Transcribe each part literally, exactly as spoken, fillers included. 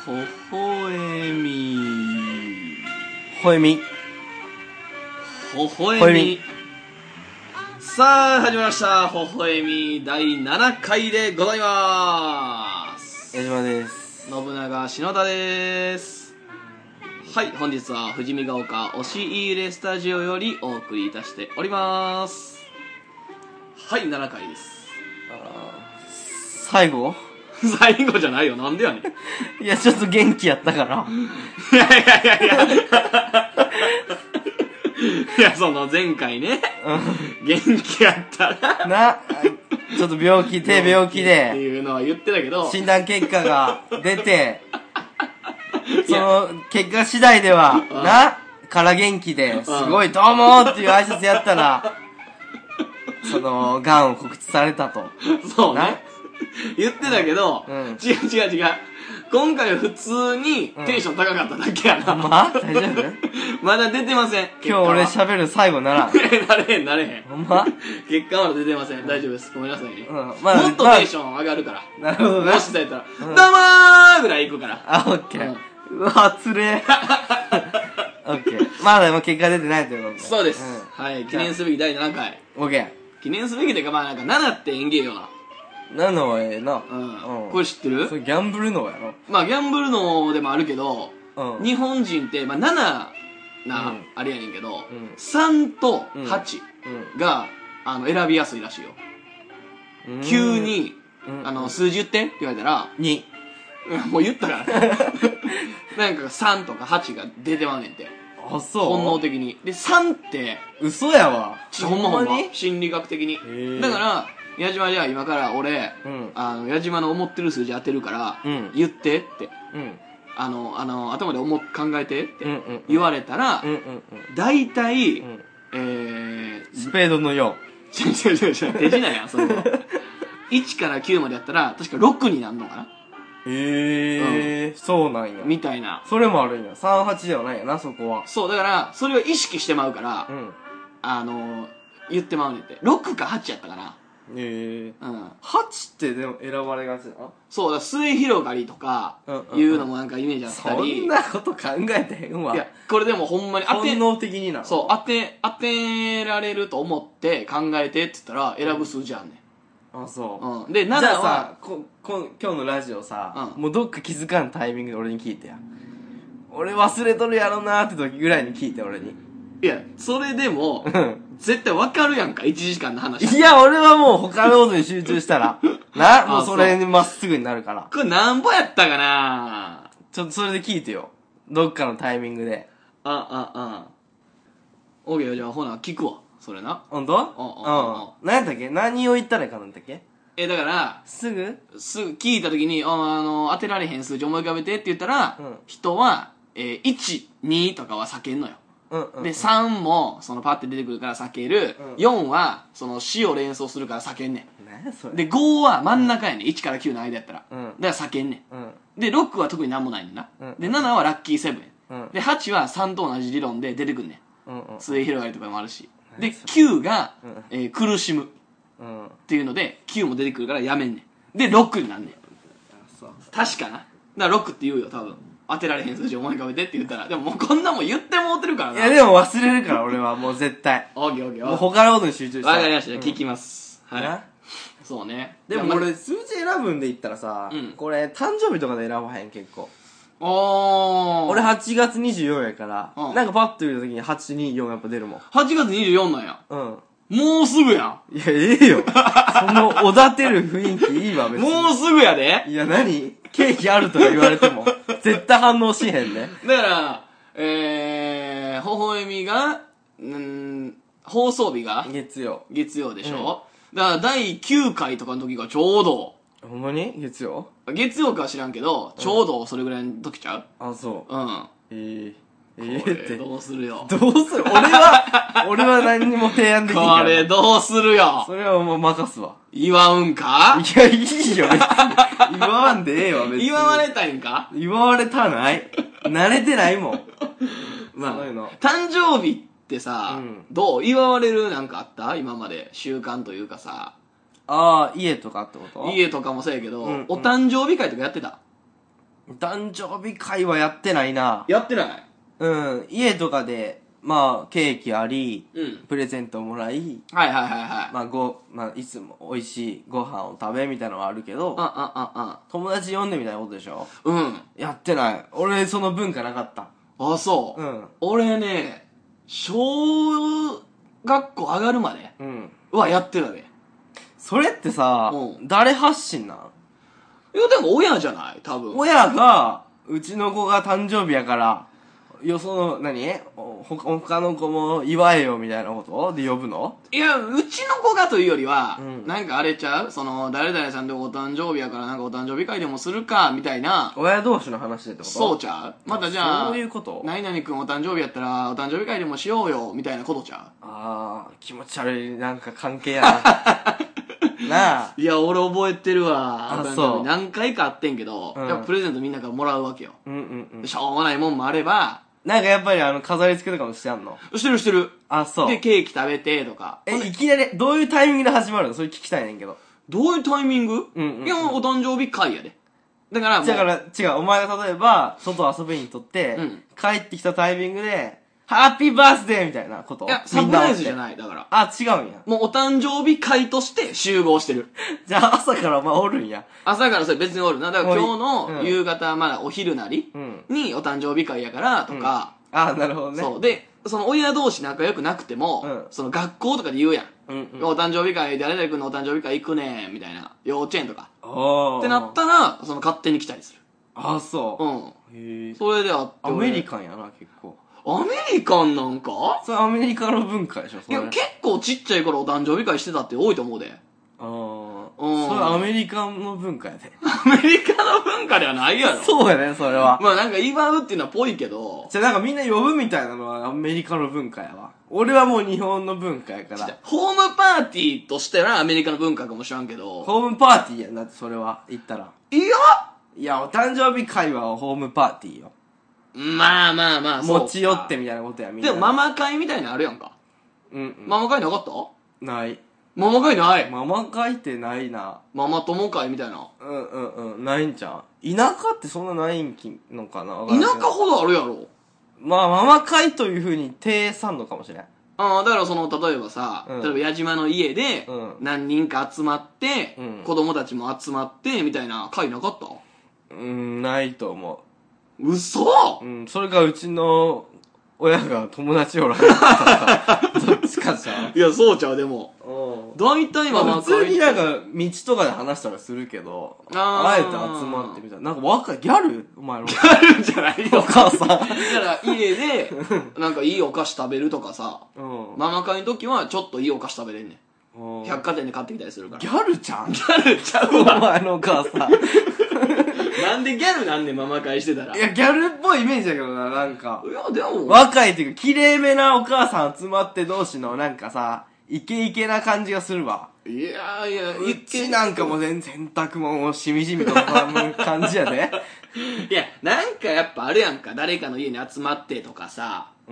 ほほえみほえみほほえみほえみさあ始まりましたほほえみだいななかいでございます。 矢島です。 信長篠田です。はい、本日は富士見ヶ丘押し入れスタジオよりお送りいたしております。はい、ななかいです。 あ最後最後じゃないよ、なんでやねん。 いやちょっと元気やったからいやいやいやいやいや、その前回ね、元気やったらなちょっと病気手病気ってでいうのは言ってたけど、 診断結果が出てその結果次第ではなから元気ですごいどうもーっていう挨拶やったらそのがんを告知されたと。 そうね言ってたけど、 うん、 違う違う違う、今回は普通にテンション高かっただけやな、うん、 まあ大丈夫まだ出てません。 今日俺喋る最後ならなれへんなれへん。 ほんま結果はまだ出てません。大丈夫です。ごめんなさいね、 うんまあ、 もっとテンション上がるから、 まあ、なるほどね。 もしされたら、 うん、 どうもーぐらいいくから。 あ、オッケー、うん、うわつれオッケー。まだでも結果出てないということで。 そうです、 うん、 はい、記念すべきだいななかい。 オッケー。 記念すべきというか、まあなんかななって縁起ええよな。 なのはええな。 うん、 うん、 これ知ってる？ それギャンブルのやろ。 まあギャンブルのでもあるけど、 うん、日日本人ってまあななな、うん、あれやねんけど、うん、さんとはちが、うん、あの選びやすいらしいよ。うん、急に、うん、あの数字言ってって言われたらにもう言ったからなんかさんとかはちが出てまうねんて。 あ、そう本能的に。でさんって嘘やわ。 ほんまほんま心理学的に。だから矢島じゃあ今から俺、うん、あの矢島の思ってる数字当てるから、うん、言ってって、うん、あのあの頭で思考えてって言われたら、大体、うん、えー、 スペードのよん。 違う違う違う違う、手品やんそれいちからきゅうまでやったら確かろくになるのかな。 へえー、うん、そうなんやみたいな。 それもあるんや。さんはちではないやな、そこは。 そうだからそれを意識してまうから、うん、あの言ってまうねんって。ろくかはちやったかな。 へえー、うん、はちってでも選ばれがちな。 そうだ、末広がりとかいうのもなんかイメージあったり、 そんなこと考えてへんわ。 いやこれでもほんまに当て本能的にな。 そう当て当てられると思って考えてって言ったら選ぶ数字あんねん。 あ、そう、 うん、でななはじゃあさここ今日のラジオさ、うん、もうどっか気づかんタイミングで俺に聞いてや。俺忘れとるやろなーって時ぐらいに聞いて俺に。 いやそれでも絶対わかるやんか、いちじかんの話。 いや俺はもう他のことに集中したらなもうそれにまっすぐになるから。 これなんぼやったかな。 ちょっとそれで聞いてよ、どっかのタイミングで。 あああオーケー、じゃあほな聞くわそれな。 ほんと？うん。何やったっけ、何を言ったらいいかなんだっけ。 えだからすぐすぐ聞いた時に あ, あの当てられへん数字思い浮かべてって言ったら、うん、人は、えー、いち、にとかは避けんのよ。うんうんうん、でさんもそのパッて出てくるから避ける、うん、よんはその死を連想するから避けんねん。 何それ。 でごは真ん中やねん、いちからきゅうの間やったら、うん、だから避けんねん、うん、でろくは特になんもないねんな、うん、でななはラッキーセブン、うん、ではちはさんと同じ理論で出てくんねん、うんうん、末広がりとかもあるし、できゅうが、うんえー、苦しむ、うん、っていうのできゅうも出てくるからやめんねん。でろくになんねん。確かな。だからろくって言うよ多分、当てられへん数字思い浮かべてって言ったら。でももうこんなもん言ってもうてるからな。 いやでも忘れるから俺はもう絶対オーケーオーケー、 もう他のことに集中して。 わかりました、うん、聞きます。はい、そうね。 でも俺数字選ぶんで言ったらさ、うん、これ誕生日とかで選ばへん結構。 おー、 俺はちがつにじゅうよっかやから、うん、なんかパッと言う時にはちによんやっぱ出るもん。 はちがつにじゅうよっかなんや。 うん、 もうすぐやん。 いやええよそのおだてる雰囲気いいわ別に。 もうすぐやで。 いや何ケーキあるとか言われても絶対反応しへんね。 だからえー、ほほえみがん放送日が月曜月曜でしょ、うん、だからだいきゅうかいとかの時がちょうど。 ほんまに月曜月曜かは知らんけど、ちょうどそれぐらいの時ちゃう。 あ、そう。 うん。 えーえー、これどうするよ。 どうする俺は、俺は何にも提案できんから。 これどうするよ。 それはもう任すわ。 祝うんか。 いや、いいよ、別に。祝わんでええわ、別に。 祝われたいんか。 祝われたない。慣れてないもん。 まあ、そういうの。誕生日ってさ、うん、どう祝われるなんかあった今まで習慣というかさ。 ああ、家とかってこと？ 家とかもそうやけど、うんうん、お誕生日会とかやってた？ 誕生日会はやってないな。 やってない？ うん。家とかで、まあ、ケーキあり、 うん。 プレゼントもらい、 はいはいはいはい。 まあ、ご、まあ、いつも美味しいご飯を食べみたいなのはあるけど、 あ、あ、あ、あ。 友達呼んでみたいなことでしょ？ うん。 やってない。俺、その文化なかった。 あ、そう。 うん。 俺ね、小学校上がるまでうん。 はやってたで。 それってさ、 うん、 誰発信なんいや、でも親じゃない多分。 親が、うちの子が誕生日やから、よその、何ほ他の子も祝えよみたいなことで呼ぶの？ いや、うちの子がというよりは、 うん、 なんかあれちゃうその、誰々さんでお誕生日やからなんかお誕生日会でもするか、みたいな。 親同士の話でってこと？ そうちゃうまたじゃあ、 そういうこと何々くんお誕生日やったらお誕生日会でもしようよ、みたいなことちゃうあー、気持ち悪い、なんか関係やな。なあ。 いや、俺覚えてるわ。 あ、そう。 何回かあってんけど、うん、やっぱプレゼントみんなからもらうわけよ。 うんうんうん。 しょうもないもんもあれば、 なんかやっぱりあの、飾り付けとかもしてあんの？ してるしてる。 あ、そう。 で、ケーキ食べてとか。 え、いきなり、どういうタイミングで始まるの？それ聞きたいねんけど。 どういうタイミング？ うんうん、うん。 いや、お誕生日会やで。だからもう。 だから、違う。お前が例えば、外遊びにとって、うん、帰ってきたタイミングで、ハッピーバースデーみたいなこと？ いや、サプライズじゃない、だから。 あ、違うんや。 もうお誕生日会として集合してる。 じゃあ朝からまあおるんや。 朝からそれ別におるな。だから今日の夕方、まだお昼なりにお誕生日会やからとか。 うん、あ、なるほどね。 そう。で、その親同士仲良くなくても、うん、その学校とかで言うやん。うんうん、お誕生日会、誰々君のお誕生日会行くねん、みたいな。幼稚園とか。ってなったら、その勝手に来たりする。 あ、そう。 うん。へえ。それであって。 アメリカンやな、結構。 アメリカンなんか？ それアメリカの文化でしょ、それ。 いや、結構ちっちゃい頃お誕生日会してたって多いと思うで。 ああ。それアメリカの文化やで。 アメリカの文化ではないやろ。 そうやね、それは。 まあなんか祝うっていうのはぽいけど。 じゃあなんかみんな呼ぶみたいなのはアメリカの文化やわ。俺はもう日本の文化やから。 ホームパーティーとしてはアメリカの文化かもしらんけど。 ホームパーティーやんだってそれは、言ったら。 いやいや、お誕生日会はホームパーティーよ。 まあまあまあ、 そう。持ち寄ってみたいなことや、みんな。 でもママ会みたいなのあるやんか。うん、うん。ママ会なかった？ ない。 ママ会ない。 ママ会ってないな。 ママ友会みたいな。 うんうんうん。ないんちゃう？田舎ってそんなないんきのかな？ 田舎ほどあるやろ。 まあ、ママ会という風に定さんのかもしれん。 ああ、だからその、例えばさ、うん、例えば矢島の家で、何人か集まって、うん、子供たちも集まって、みたいな会なかった？ うーん、ないと思う。嘘？ うん、それがうちの親が友達おらんかった。どっちかじゃん。 いや、そうちゃう、でも。大体ママ会。 普通になんか、道とかで話したらするけど、あ, あえて集まってみたいな。なんか若い、ギャルお前の。 ギャルじゃないよ。 お母さん。だから家で、なんかいいお菓子食べるとかさ、うん、ママ会の時はちょっといいお菓子食べれんねん。百貨店で買ってきたりするから。 ギャルちゃん？ ギャルちゃうわ。 お前のお母さん。 なんでギャルなんねん、ママ会してたら。 いや、ギャルっぽいイメージだけどな、なんか。 いや、でも。 若いっていうか、綺麗めなお母さん集まって同士のなんかさ、イケイケな感じがするわ。 いやいや、 うちなんかも全然洗濯物をしみじみとかむ感じやで。 いや、なんかやっぱあるやんか、誰かの家に集まってとかさ。 うん、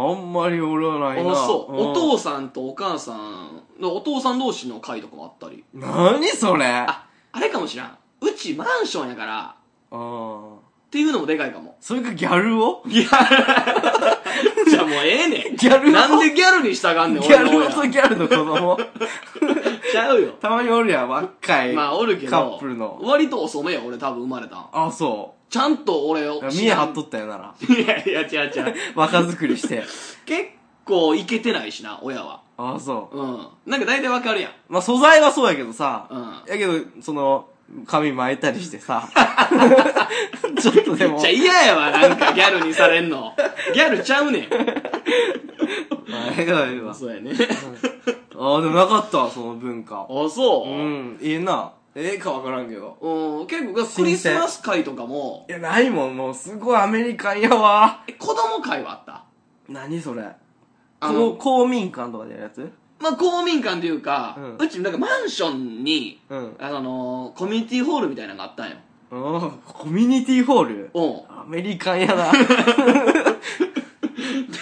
あんまり俺はないな。 あ、そう。お父さんとお母さん、お父さん同士の会とかもあったり。 なにそれ？ あ、あれかもしらん。うちマンションやから、あっていうのもでかいかも。 それかギャルを？ ギャルじゃあもうええねん。 ギャルをなんでギャルにしたがんねん、 ギャルをとギャルの子供ちゃうよ。 たまにおるやん、若い。 まあおるけど。 カップルの。 割と遅めよ、俺多分生まれたん。 あ、そう。 ちゃんと俺を。 見え張っとったよなら。 いやいや、違う違う。 若作りして。 結構イケてないしな、親は。 あ、そう。 うん。なんか大体わかるやん。 まあ素材はそうやけどさ。 うん。 やけど、その、髪巻いたりしてさ。ちょっとでも。 じゃ嫌やわ、なんかギャルにされんの。ギャルちゃうねん。 まあ、ええわ、ええわ。 そうやね。 うん、ああ、でもなかったわ、その文化。 あ、そう？ うん、いいな。ええかわからんけど。 うん、結構、クリスマス会とかも。 いや、ないもん、もう、すごいアメリカンやわ。 え、子供会はあった？ 何それ？あの、公民館とかでやるやつ？ まあ、公民館というか、うん、うちなんかマンションに、うん、あのー、コミュニティホールみたいなのがあったんよ。 ああ、コミュニティホール？ うん。 アメリカンやな。 で、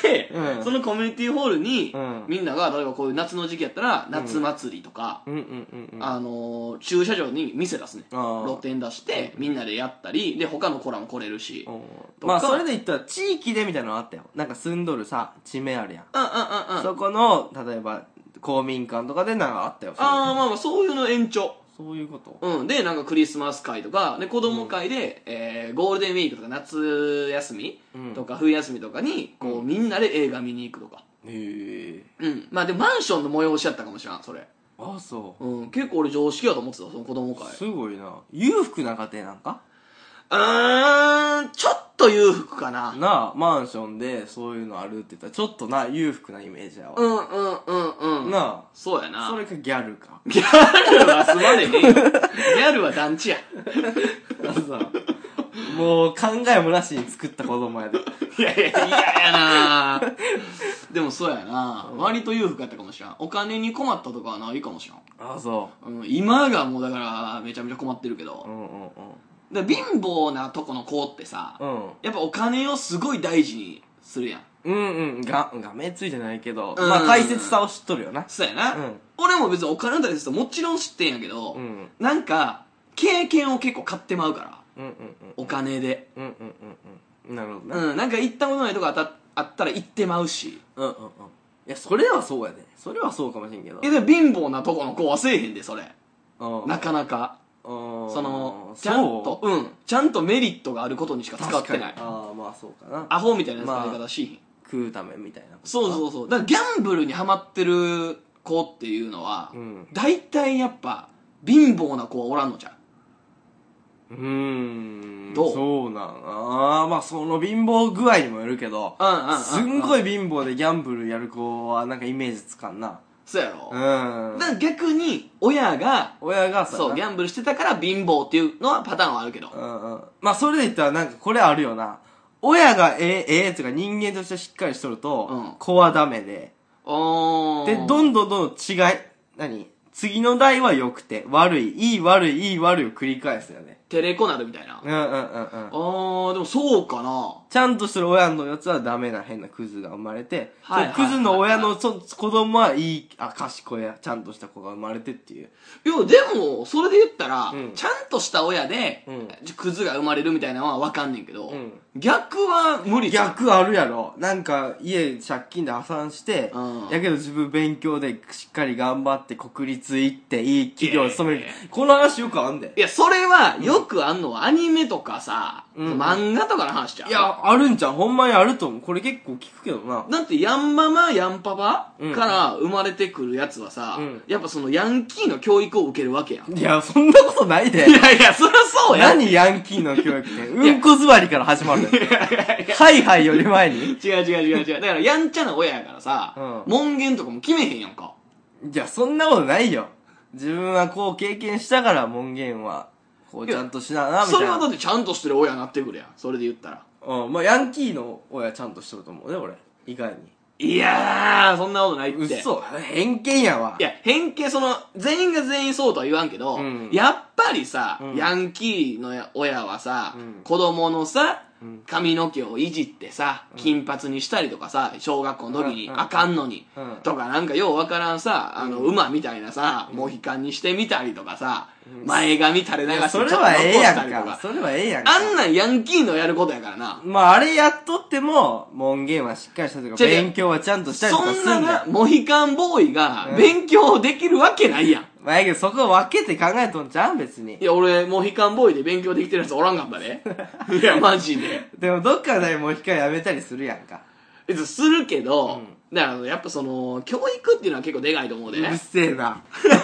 で、 うんそのコミュニティホールに、 うん、 みんなが例えばこういう夏の時期やったら夏祭りとか、 うんうんうんうん、 あのー、駐車場に店出すね、露店出してみんなでやったりで他の子らも来れるし、 まあそれで言ったら地域でみたいなのあったよ。なんか住んどるさ地名あるやん、 うんうんうんうん、 そこの例えば公民館とかでなんかあったよ。 ああまあまあそういうの延長、 そういうこと。 うん。で、なんかクリスマス会とか、で、子供会で、うん、えー、ゴールデンウィークとか夏休みとか、うん、冬休みとかに、こう、うん、みんなで映画見に行くとか。へえ。うん。まあでもマンションの催しやったかもしれん、それ。 ああ、そう。 うん。結構俺常識やと思ってた、その子供会。 すごいな。裕福な家庭なんか？ うーん、ちょっと裕福かな。 なあ、マンションでそういうのあるって言ったら、ちょっとな、裕福なイメージやわ。 うんうんうんうん。 なあ。 そうやな。 それかギャルか。 ギャルはすまねえね。ギャルは団地や。 あそう。もう考えもなしに作った子供やで。 いやいや、嫌やなでもそうやな、うん、割と裕福やったかもしれん。お金に困ったとかはないかもしれん。 ああ、そう。 うん、今がもうだからめちゃめちゃ困ってるけど。うんうんうん。だから貧乏なとこの子ってさ、うん、やっぱお金をすごい大事にするやん。 うんうん。が、がめついじゃないけど、うん、まあ大切さを知っとるよな。 そうやな。うん、俺も別にお金の大切さもちろん知ってんやけど、うん、なんか、経験を結構買ってまうから。うんうんうん、お金で。うんうんうんうん。なるほどね。うん、なんか行ったことないとこあったあったら行ってまうし。うんうんうん。いや、それはそうやで。それはそうかもしれんけど。 いや、でも貧乏なとこの子はせえへんで、それ。なかなか。その、ちゃんと、うん。ちゃんとメリットがあることにしか使ってない。 ああ、まあそうかな。 アホみたいな使い方しひん。まあ、食うためみたいな。 そうそうそう。だからギャンブルにハマってる子っていうのは、うん、大体やっぱ、貧乏な子はおらんのじゃん。 うーん。どう？そうなん。ああ、まあその貧乏具合にもよるけど、うんうんうんうん、すんごい貧乏でギャンブルやる子はなんかイメージつかんな。 そうやろ。うん。だから逆に、親が、 親がそう、ギャンブルしてたから貧乏っていうのはパターンはあるけど。 うんうん。まあそれで言ったらなんかこれあるよな。親がええ、ええとか人間としてしっかりしとると、うん、子はダメで。おー。で、どんどんどんどん違い、何？次の代は良くて、悪い、いい悪い、いい悪いを繰り返すよね。 テレコなるみたいな。うんうんうんうん。あー、でもそうかな。 ちゃんとする親のやつはダメな変なクズが生まれて、はいはいはいはい、クズの親のそ子供はいい、あ、賢いや、ちゃんとした子が生まれてっていう。 いや、でも、それで言ったら、うん、ちゃんとした親で、うん、クズが生まれるみたいなのはわかんねんけど、うん、逆は無理じゃん。 逆あるやろ。なんか、家借金で破産して、うん、やけど自分勉強でしっかり頑張って国立行っていい企業に勤める。この話よくあんで。 いや、それはよくあんのはアニメとかさ、うん、漫画とかの話じゃん。 いや、あるんちゃう。ほんまにあると思う。これ結構聞くけどな。 だってヤンママヤンパパ、うん、から生まれてくるやつはさ、うん、やっぱそのヤンキーの教育を受けるわけやん。 いや、そんなことないで。 いやいや、そりゃそうや。 何ヤンキーの教育って。うんこ座りから始まる。はいはいより前に。 違う違う違う違う。だからやんちゃな親やからさ、うん、門限とかも決めへんやんか。 いや、そんなことないよ。自分はこう経験したから門限は、こうちゃんとしなな、みたいな。 それはだってちゃんとしてる親になってくるやん。それで言ったら。 うん、まあヤンキーの親ちゃんとしてると思うね、俺。意外に。 いやー、そんなことないって。 嘘。偏見やわ。 いや、偏見、その、全員が全員そうとは言わんけど、うん、やっぱりさ、うん、ヤンキーの親はさ、うん、子供のさ、髪の毛をいじってさ、金髪にしたりとかさ、小学校の時にあかんのに、とかなんかようわからんさ、あの、馬みたいなさ、モヒカンにしてみたりとかさ、前髪垂れ流してちょっと残したりとか。それはええやんか。 あんなんヤンキーのやることやからな。 まああれやっとっても、門限はしっかりしたとか、勉強はちゃんとしたりとかすんだよ。 そんなモヒカンボーイが勉強できるわけないやん。 まあやけどそこ分けて考えとんちゃうん別に。 いや俺、モヒカンボーイで勉強できてるやつおらんかったね。いや、マジで。 でもどっかでモヒカンやめたりするやんか。 別にするけど、うん、だからやっぱその、教育っていうのは結構でかいと思うで。 うるせえな。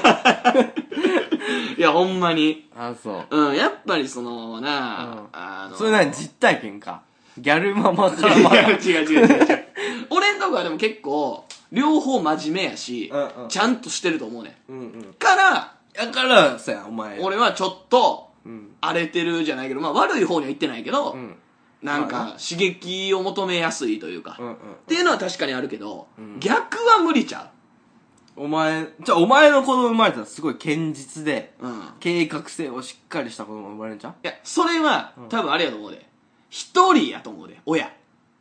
いや、ほんまに。 あ、そう。 うん、やっぱりその、なあ、うん、あの。それなに実体験か。ギャルママからまだ。 いや、違う違う違う違う。俺んとこはでも結構、両方真面目やし、うんうん、ちゃんとしてると思うね。うんうん、から、 だから、そうや、お前。 俺はちょっと、荒れてるじゃないけど、まあ悪い方には言ってないけど、うん、なんか、刺激を求めやすいというか、うんうんうん、っていうのは確かにあるけど、うん、逆は無理ちゃう。お前、じゃあお前の子供生まれたらすごい堅実で、うん、計画性をしっかりした子供生まれるんちゃう？ いや、それは、多分あれやと思うで。一人やと思うで、親。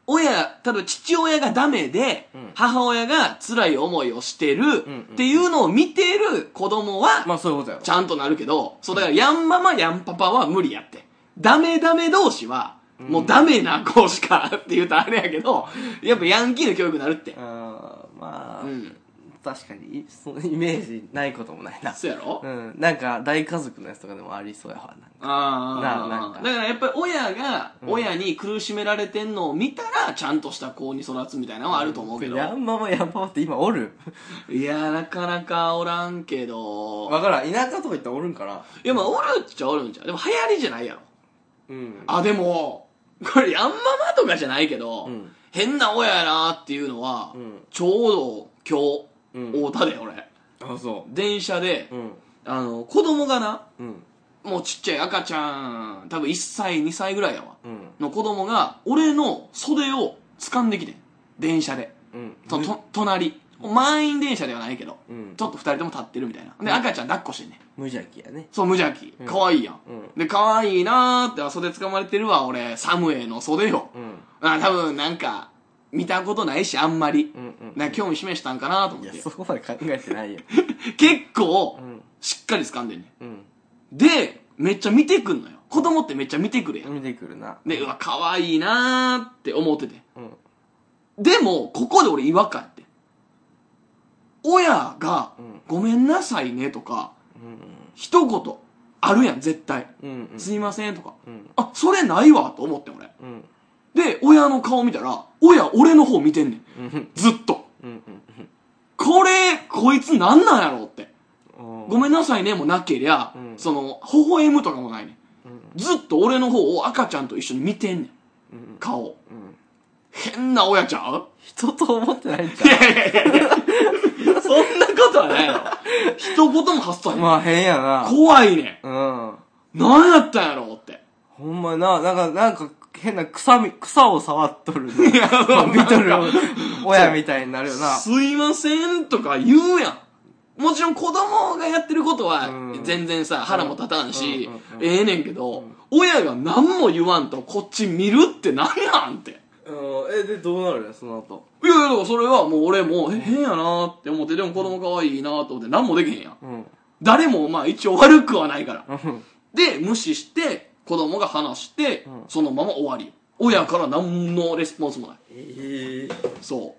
親、例えば父親がダメで、うん、母親が辛い思いをしてるっていうのを見てる子供は、 まあそういうことやろ。 ちゃんとなるけど、そうだからヤンママヤンパパは無理やって。ダメダメ同士は、もうダメな子しかって言うとあれやけど、やっぱヤンキーの教育になるって。 あまあ、うん、確かに、そのイメージないこともないな。 そうやろ？ うん。なんか、大家族のやつとかでもありそうやわ。なんかああ。な、なんか。だからやっぱり親が、親に苦しめられてんのを見たら、ちゃんとした子に育つみたいなのはあると思うけど。 ヤンママヤンパパって今おる？ いや、なかなかおらんけど。 わからん。田舎とか行ったらおるんかな？ いや、まあおるっちゃおるんちゃう。でも流行りじゃないやろ。 うん。 あ、でも、これヤンママとかじゃないけど、うん、変な親やなっていうのは、うん、ちょうど今日、うん、会うたで俺。 あ、そう。 電車で、うん、あの、子供がな、うん、もうちっちゃい赤ちゃん、多分いっさい、にさいぐらいやわ、うん、の子供が、俺の袖を掴んできてん。電車で。うん、と、と、隣。満員電車ではないけど、うん、ちょっと二人とも立ってるみたいな。で、赤ちゃん抱っこしてんねん。 無邪気やね。 そう、無邪気。かわいいやん。うん、で、かわいいなーって袖掴まれてるわ、俺、サムエの袖よ。うん、あ多分、なんか、見たことないし、あんまり。うんうん、なんか興味示したんかなと思って。 いや、そこまで考えてないよ。 結構、しっかり掴んでんねん。うん、で、めっちゃ見てくんのよ。子供ってめっちゃ見てくるやん。 見てくるな。 で、うわ、かわいいなーって思ってて。うん、でも、ここで俺違和感やって。親が、ごめんなさいねとか、うん、一言あるやん、絶対。うんうん、すいませんとか。うん、あ、それないわと思って俺。うん、で、親の顔見たら、親、俺の方見てんねん。うん、ずっと。うんうん、これ、こいつなんなんやろって。ごめんなさいねもなけりゃ、うん、その、微笑むとかもないねん。うん、ずっと俺の方を赤ちゃんと一緒に見てんねん。うん、顔。うん、変な親ちゃう？ 人と思ってないんちゃう？いやいやいやそんなことはないの。一言も発さへん。 まあ変やな。 怖いねん。うん。何やったんやろって。 ほんまな、なんか、なんか変な草み、草を触っとるの。いや、見とる親みたいになるよな。 すいませんとか言うやん。もちろん子供がやってることは全然さ、腹も立たんし、ええねんけど、親が何も言わんとこっち見るって何なんって。 え、で、どうなるのその後。 いやいや、だからそれはもう俺も、え、変やなーって思って、でも子供可愛いなーと思って何もできへんやん。うん、誰もまあ一応悪くはないから。で、無視して、子供が話して、うん、そのまま終わり。親から何のレスポンスもない。えー、そう。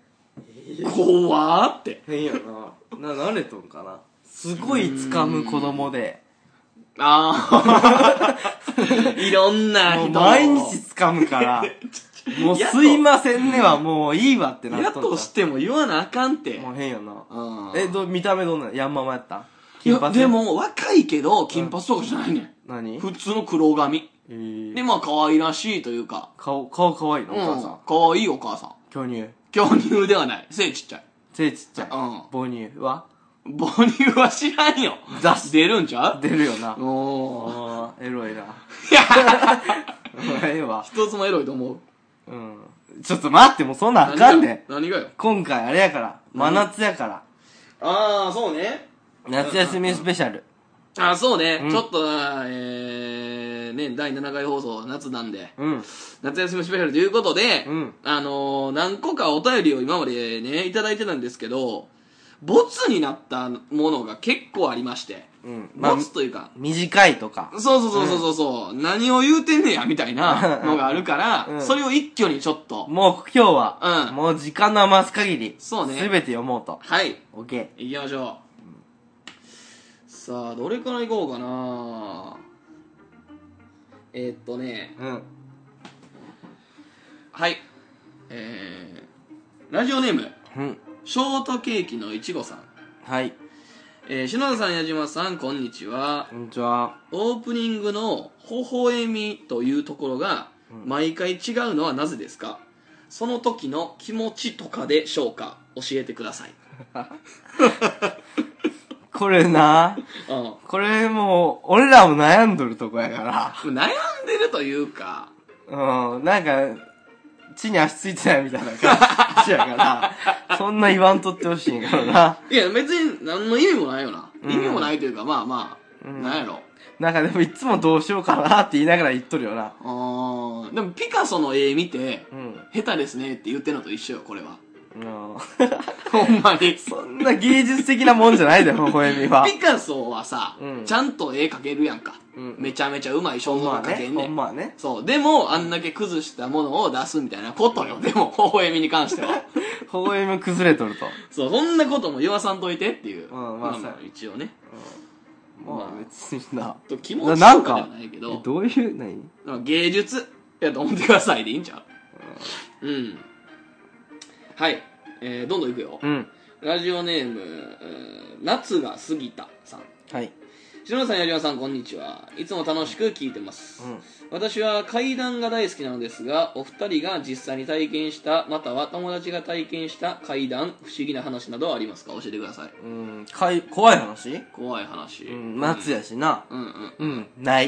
えー、怖ーって。 変やな。な、慣れとんかな。すごい掴む子供で。 ああ。いろんな人。 もう毎日掴むから。もうすいませんねはもういいわってなっとんだ。やとしても言わなあかんって。 もう変やな。うん。え、ど、見た目どんなヤンママやった金髪？いや、でも若いけど、金髪とかじゃないねん。 何？ 普通の黒髪。へー。で、まあ可愛らしいというか。 顔、顔可愛いのお母さん。 可愛いお母さん。 巨乳。 巨乳ではない。背ちっちゃい。 背ちっちゃい。うん。母乳は母乳は知らんよ。 雑誌。 出るんちゃう？ 出るよな。おー。エロいな。いやええわ。 一つもエロいと思う。 うん。ちょっと待って、もうそんなんあかんねん。何がよ。 今回あれやから。真夏やから。 ああ、そうね。 夏休みスペシャル。 ああ、そうね。うん、ちょっとな、えー、ね、だいななかい放送、夏なんで。うん。夏休みスペシャルということで、うん。あのー、何個かお便りを今までね、いただいてたんですけど、ボツになったものが結構ありまして。うん。ボツというか。 短いとか。 そうそうそうそうそう、うん。何を言うてんねや、みたいなのがあるから、うん、それを一挙にちょっと。 もう今日は、うん。もう時間の余す限り。 そうね。 すべて読もうと。 はい。 オッケー。行きましょう。うん、さあ、どれから行こうかなえー、っとね。うん。はい。えー、ラジオネーム。うん。ショートケーキのいちごさん。 はい。 えー、篠田さん、矢島さん、こんにちは。 こんにちは。 オープニングの微笑みというところが、毎回違うのはなぜですか？その時の気持ちとかでしょうか？教えてください。 これな、うん、これもう、俺らも悩んどるとこやから。 悩んでるというか。 うん、なんか、地に足ついてないみたいな感じやから、そんな言わんとってほしいんやろな。 いや、別に何の意味もないよな。意味もないというか、まあまあ、うん、なんやろ。 なんかでもいつもどうしようかなって言いながら言っとるよな。 あーでもピカソの絵見て、 うん。 下手ですねって言ってんのと一緒よこれは。 うん。 ほんまに。 そんな芸術的なもんじゃないだよ、微笑みは。 ピカソはさ、 うん、 ちゃんと絵描けるやんか。うん、めちゃめちゃうまい肖像画描けんねん。 ほんまはね。 そう。でも、あんだけ崩したものを出すみたいなことよ。でも、微笑みに関しては。 微笑み崩れとると。 そう、そんなことも言わさんといてっていう。 うん、まあ、 まあ、一応ね。 うん、まあ、別にな。 と気持ちとかではないけど。 どういう、何芸術やと思ってくださいでいいんちゃう？うん。うん。はい。えー、どんどんいくよ。 うん。 ラジオネーム、夏が過ぎたさん。 はい。 篠田さん、やりまさん、こんにちは。いつも楽しく聞いてます。うん、私は怪談が大好きなのですが、お二人が実際に体験した、または友達が体験した怪談、不思議な話などはありますか？教えてください。 うん、かい、怖い話？ 怖い話。 うん、夏やしな。 うんうん。 うん、ない。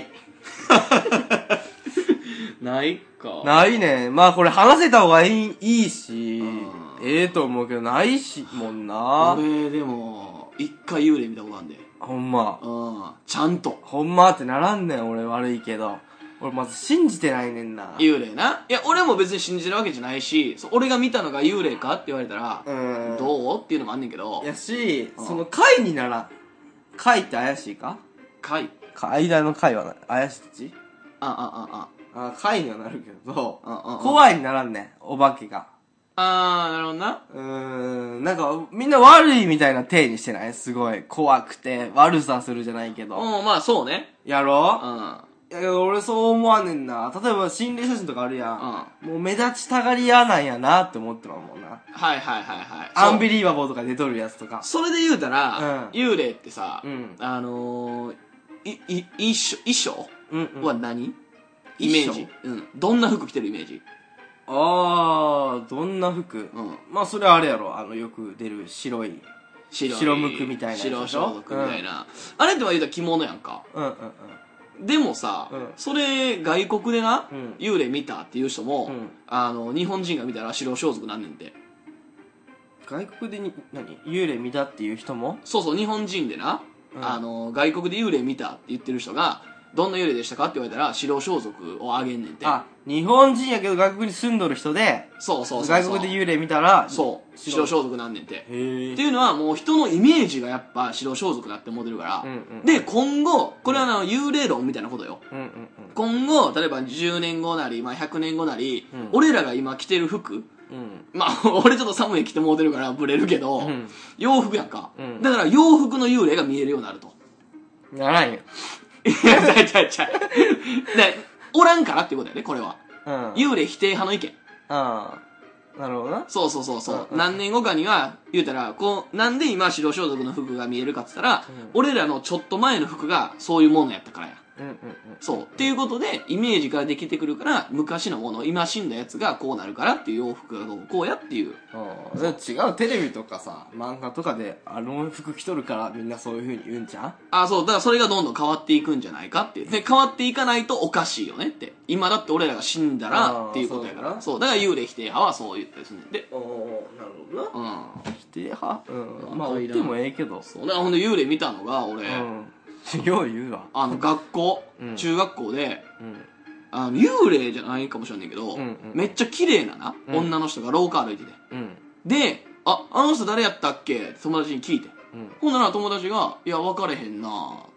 ないか。 ないね。まあこれ話せた方がいい、いいし、ええと思うけど、ないし、もんな。 俺、でも、一回幽霊見たことあるんで。 ほんま。 うん。ちゃんと。 ほんまってならんねん、俺悪いけど。俺まず信じてないねんな。 幽霊な。いや、俺も別に信じてるわけじゃないし、俺が見たのが幽霊かって言われたら、うん。どうっていうのもあんねんけど。 やし、その貝にならん。貝って怪しいか？ 貝間の貝はな怪しい？ あ、あ、あ、 あ。あ、貝にはなるけど、怖いにならんねん、お化けが。 あー、なるほどな。 うーん、なんか、みんな悪いみたいな体にしてない？すごい。怖くて、悪さするじゃないけど。 うん、まあそうね。 やろう？うん。いや、俺そう思わねんな。例えば心霊写真とかあるやん。うん。もう目立ちたがり屋なんやなって思ってるもんな。 はいはいはいはい。 アンビリーバボーとか出とるやつとか。 それで言うたら、うん、幽霊ってさ、 うん、 あのー、い、い、衣装、衣装、うんうん、は何？イメージ。うん。どんな服着てるイメージ？ あー、どんな服？うん。まあ、それはあれやろ。あの、よく出る白い。 白い。 白むくみたいなやつでしょ。 白装束みたいな。うん、あれっては言うたら着物やんか。 うんうんうん。でもさ、うん、それ、外国でな、うん、幽霊見たっていう人も、うん、あの、日本人が見たら白装束なんねんて。 外国でに、何？幽霊見たっていう人も？ そうそう、日本人でな、うん、あの、外国で幽霊見たって言ってる人が、どんな幽霊でしたかって言われたら白装束をあげんねんて。 あ、日本人やけど外国に住んどる人で、 そうそうそうそう。 外国で幽霊見たら、 そう。白装束なんねんて。へー。っていうのはもう人のイメージがやっぱ白装束だって思ってるから。うんうん、で、今後、これはあの、幽霊論みたいなことよ。うんうんうん、今後、例えばじゅうねんごなり、まあひゃくねんごなり、うん、俺らが今着てる服、うん、まあ、俺ちょっと寒い着てもうてるからブレるけど、うん、洋服やんか、うん。だから洋服の幽霊が見えるようになると。 ならんよ。 いや、ちゃいちゃいちゃい。で、おらんからっていうことやね、これは。うん。幽霊否定派の意見。 ああ。なるほどな。 そうそうそうそう、うんうん。何年後かには、言うたら、こう、なんで今白装束の服が見えるかって言ったら、うん、俺らのちょっと前の服がそういうものやったからや。うんうんうん。そう。っていうことで、イメージができてくるから、昔のもの、今死んだやつがこうなるからっていう洋服がこうやっていう。 うん。違う、テレビとかさ、漫画とかで、あの服着とるからみんなそういう風に言うんじゃん？ あ、そう。だからそれがどんどん変わっていくんじゃないかっていう。で、変わっていかないとおかしいよねって。今だって俺らが死んだらっていうことやから。そう。だから幽霊否定派はそう言ったりするんで。 おー、なるほどな。うん。否定派？うん。まあ、言ってもええけど。 そう。だからほんで幽霊見たのが、俺、 うんよう言うわ。 あの、学校、うん、中学校で、うん、あの、幽霊じゃないかもしれないけど、うんうん、めっちゃ綺麗なな、うん、女の人が廊下歩いてて。うん、で、あ、あの人誰やったっけって友達に聞いて。うん、ほんなら友達が、いや、分かれへんなーって。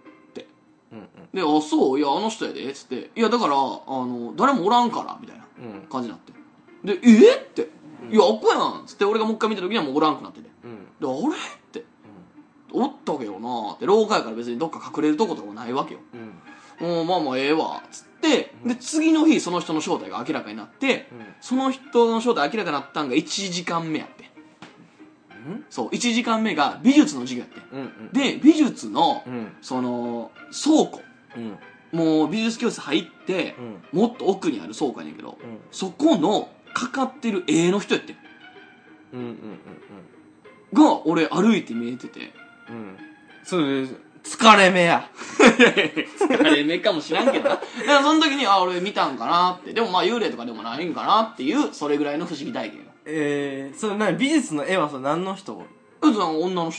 うんうん、で、あ、そう、いや、あの人やで、つって。いや、だから、あの、誰もおらんから、みたいな感じになって。で、えって。うん、いや、あっこやんつって、俺がもう一回見た時にはもうおらんくなってて。うん、で、あれって。おったけどなーって、廊下やから別にどっか隠れるとことかもないわけよ。うん。もうまあまあええわ、つって、うん、で、次の日その人の正体が明らかになって、うん、その人の正体明らかになったんがいちじかんめやって。うん、そう、いちじかんめが美術の授業やって。うんうん、で、美術の、うん、その、倉庫。うん、もう美術教室入って、うん、もっと奥にある倉庫やねんけど、うん、そこのかかってる絵の人やって。うんうんうんうん。が、俺歩いて見えてて、 うん。そうです。疲れ目や。 疲れ目かもしらんけどな。だからその時に、あ、俺見たんかなって。でもまあ幽霊とかでもないんかなっていう、それぐらいの不思議体験。 えー、それ何美術の絵はそれ何の人？ えっと、女の人。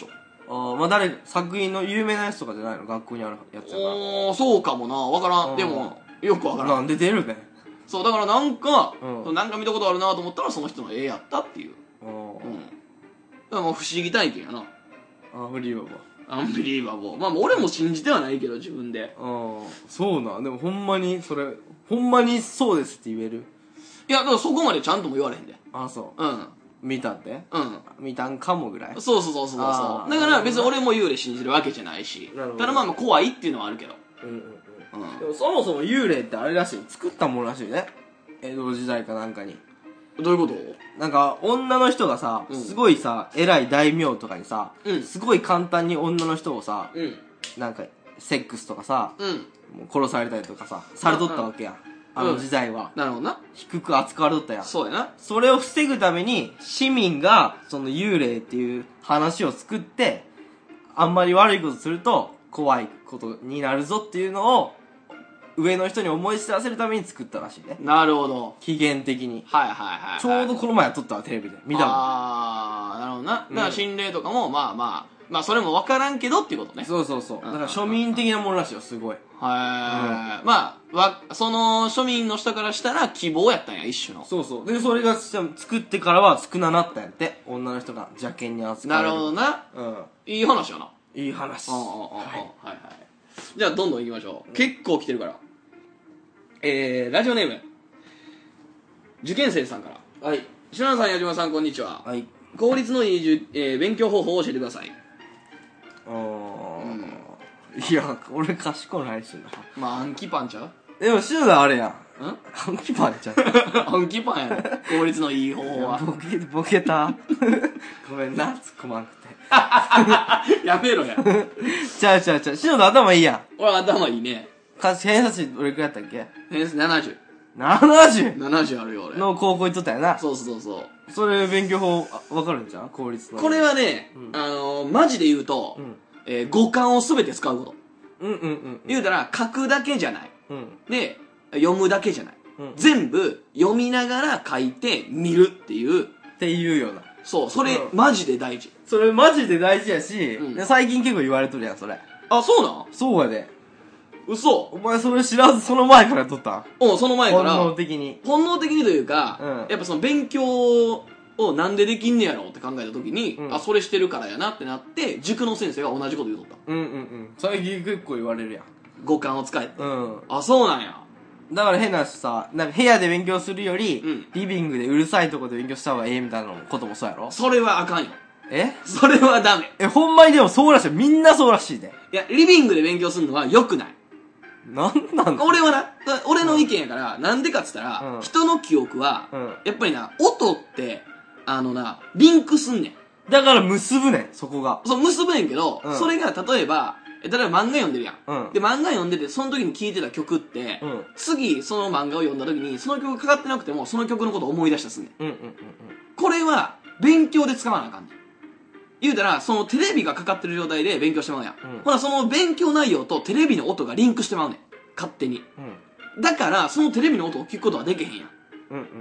ああ、まあ誰、作品の有名なやつとかじゃないの？学校にあるやつやから。 おー、そうかもな。わからん。でも、よくわからん。 なんで出るね。 そう、だからなんか、 うん、 なんか見たことあるなと思ったらその人の絵やったっていう。うん。だからもう不思議体験やな。 アンビリーバボー。 アンビリーバボー。まあ俺も信じてはないけど、自分で。 ああ、そうな。でもほんまに、それ、ほんまにそうですって言える？ いや、だからそこまでちゃんとも言われへんで。 ああ、そう。 うん。 見たって？ うん。 見たんかもぐらい。 そうそうそうそうそう。だから別に俺も幽霊信じるわけじゃないし。ただまあまあ怖いっていうのはあるけど。 うんうんうん。でもそもそも幽霊ってあれらしい。作ったものらしいね。江戸時代かなんかに。 どういうこと？ なんか女の人がさ、うん、すごいさ、偉い大名とかにさ、うん、すごい簡単に女の人をさ、うん、なんかセックスとかさ、うん、もう殺されたりとかさ、されとったわけやん。あの時代は、うん、なるほどな。低く扱われとったやん。 そうやな。 それを防ぐために市民がその幽霊っていう話を作って、あんまり悪いことすると怖いことになるぞっていうのを上の人に思い知らせるために作ったらしいね。 なるほど。 起源的に。 はいはいはい、はい。 ちょうどこの前やっとったわ、テレビで。見たもん。 あー、なるほどな。だから心霊とかも、まあまあ、まあそれも分からんけどっていうことね。 そうそうそう。だから庶民的なものらしいよ、すごい。 はい、うん。まあ、わ、その庶民の人からしたら希望やったんや、一種の。 そうそう。で、それが作ってからは少ななったんやって。女の人が邪険に扱われる。 なるほどな。うん。いい話やな。 いい話。 うんうんうんうん。はいはいはい。じゃあどんどん行きましょう。結構来てるから。えー、ラジオネーム受験生さんから。はい。篠原さん、矢島さん、こんにちは。はい。効率のいいじゅ、えー、勉強方法を教えてください。 あー、うん、いや、俺賢ないしな。 まあ暗記パンちゃう？ でも篠田あれやん。ん暗記パンちゃう。 暗記パンやね。効率のいい方法は。 ボケ、ボケた。ごめんな、突っ込まなくて。 やめろや。 ちゃうちゃうちゃう。篠田頭いいやん。 俺頭いいね。 偏差値どれくらいやったっけ？ 偏差値ななじゅう。 ななじゅう？ ななじゅうあるよ俺。 の高校行っとったやな。 そうそうそう。 それ勉強法わかるんじゃん？効率の。 これはね、うん、あのー、マジで言うと、うん、えー、五感をすべて使うこと。うんうんうん、うん。言うたら、書くだけじゃない。うん、で、読むだけじゃない。うん、全部読みながら書いて見るっていう。 っていうような。 そう、それ、うん、マジで大事。 それマジで大事やし、うん、最近結構言われとるやん、それ。 あ、そうなん？ そうやで。 嘘？ お前それ知らずその前からやっとった？ うん、その前から。 本能的に。 本能的にというか、うん、やっぱその勉強をなんでできんねやろって考えた時に、うん、あ、それしてるからやなってなって、塾の先生が同じこと言うとった。 うんうんうん。最近結構言われるやん。 五感を使えって。 うん。 あ、そうなんや。 だから変なしさ、なんか部屋で勉強するより、うん、リビングでうるさいとこで勉強した方がええみたいなこともそうやろ？ それはあかんよ。 え？ それはダメ。 え、ほんまにでもそうらしい。みんなそうらしいで。 いや、リビングで勉強するのは良くない。 なんなんだ俺はな、俺の意見やから、なんでかっつったら、うん、人の記憶は、うん、やっぱりな、音って、あのな、リンクすんねん。 だから結ぶねん、そこが。 そう、結ぶねんけど、うん、それが例えば、例えば漫画読んでるやん。うん、で、漫画読んでて、その時に聴いてた曲って、うん、次、その漫画を読んだ時に、その曲かかってなくても、その曲のことを思い出したすんねん。うんうんうんうん、これは、勉強で使わなあかんねん。言うたら、そのテレビがかかってる状態で勉強してまうやん。うん、ほら、その勉強内容とテレビの音がリンクしてまうねん。勝手に。うん、だから、そのテレビの音を聞くことはできへんやん。うんうんうんうん、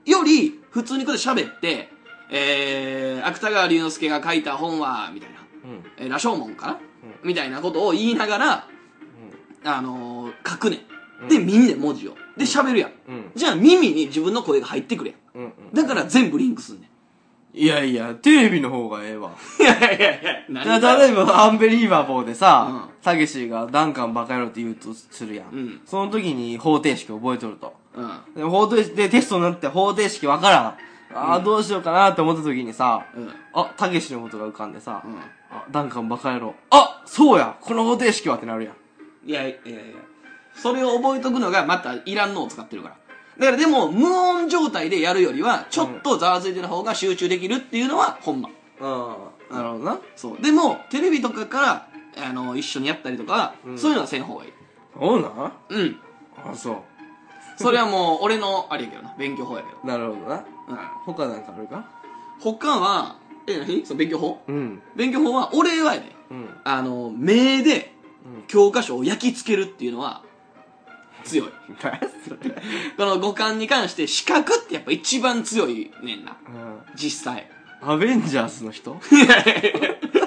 より、普通にこうやって喋って、えー、芥川龍之介が書いた本は、みたいな。うん、えー、羅生門かな、うん、みたいなことを言いながら、うん、あのー、書くねん。で、見んねん、文字を。で、喋るやん。うん、じゃあ、耳に自分の声が入ってくるやん。うんうん、だから全部リンクすんねん。 いやいや、テレビの方がええわ。 いやいやいやいや、 何だ例えば、アンベリーバボーでさ、たけしがダンカンバカ野郎って言うとするやん。うん、その時に方程式覚えとると。うん、で方程式でテストになって方程式わからん。ああ、どうしようかなって思った時にさ、うん、あ、たけしのことが浮かんでさ、うん、あ、ダンカンバカ野郎。あ、そうや、この方程式はってなるやん。 いやいやいや、それを覚えとくのがまたいらんのを使ってるから。だからでも、無音状態でやるよりは、ちょっとざわついてる方が集中できるっていうのは、ほんま。 ああ、なるほどな。 そう。でも、テレビとかから、あの、一緒にやったりとか、うん、そういうのはせん方がいい。 そうなんうん。 あ、そう。 それはもう、俺の、あれやけどな。勉強法やけど。 なるほどな。うん。他なんかあるか？ 他は、え、何？その勉強法？うん。勉強法は、俺はやで、うん、あの、目で、教科書を焼き付けるっていうのは、強い。この五感に関して視覚ってやっぱ一番強いねんな。うん、実際。 アベンジャーズの人？ いやいやいや。じ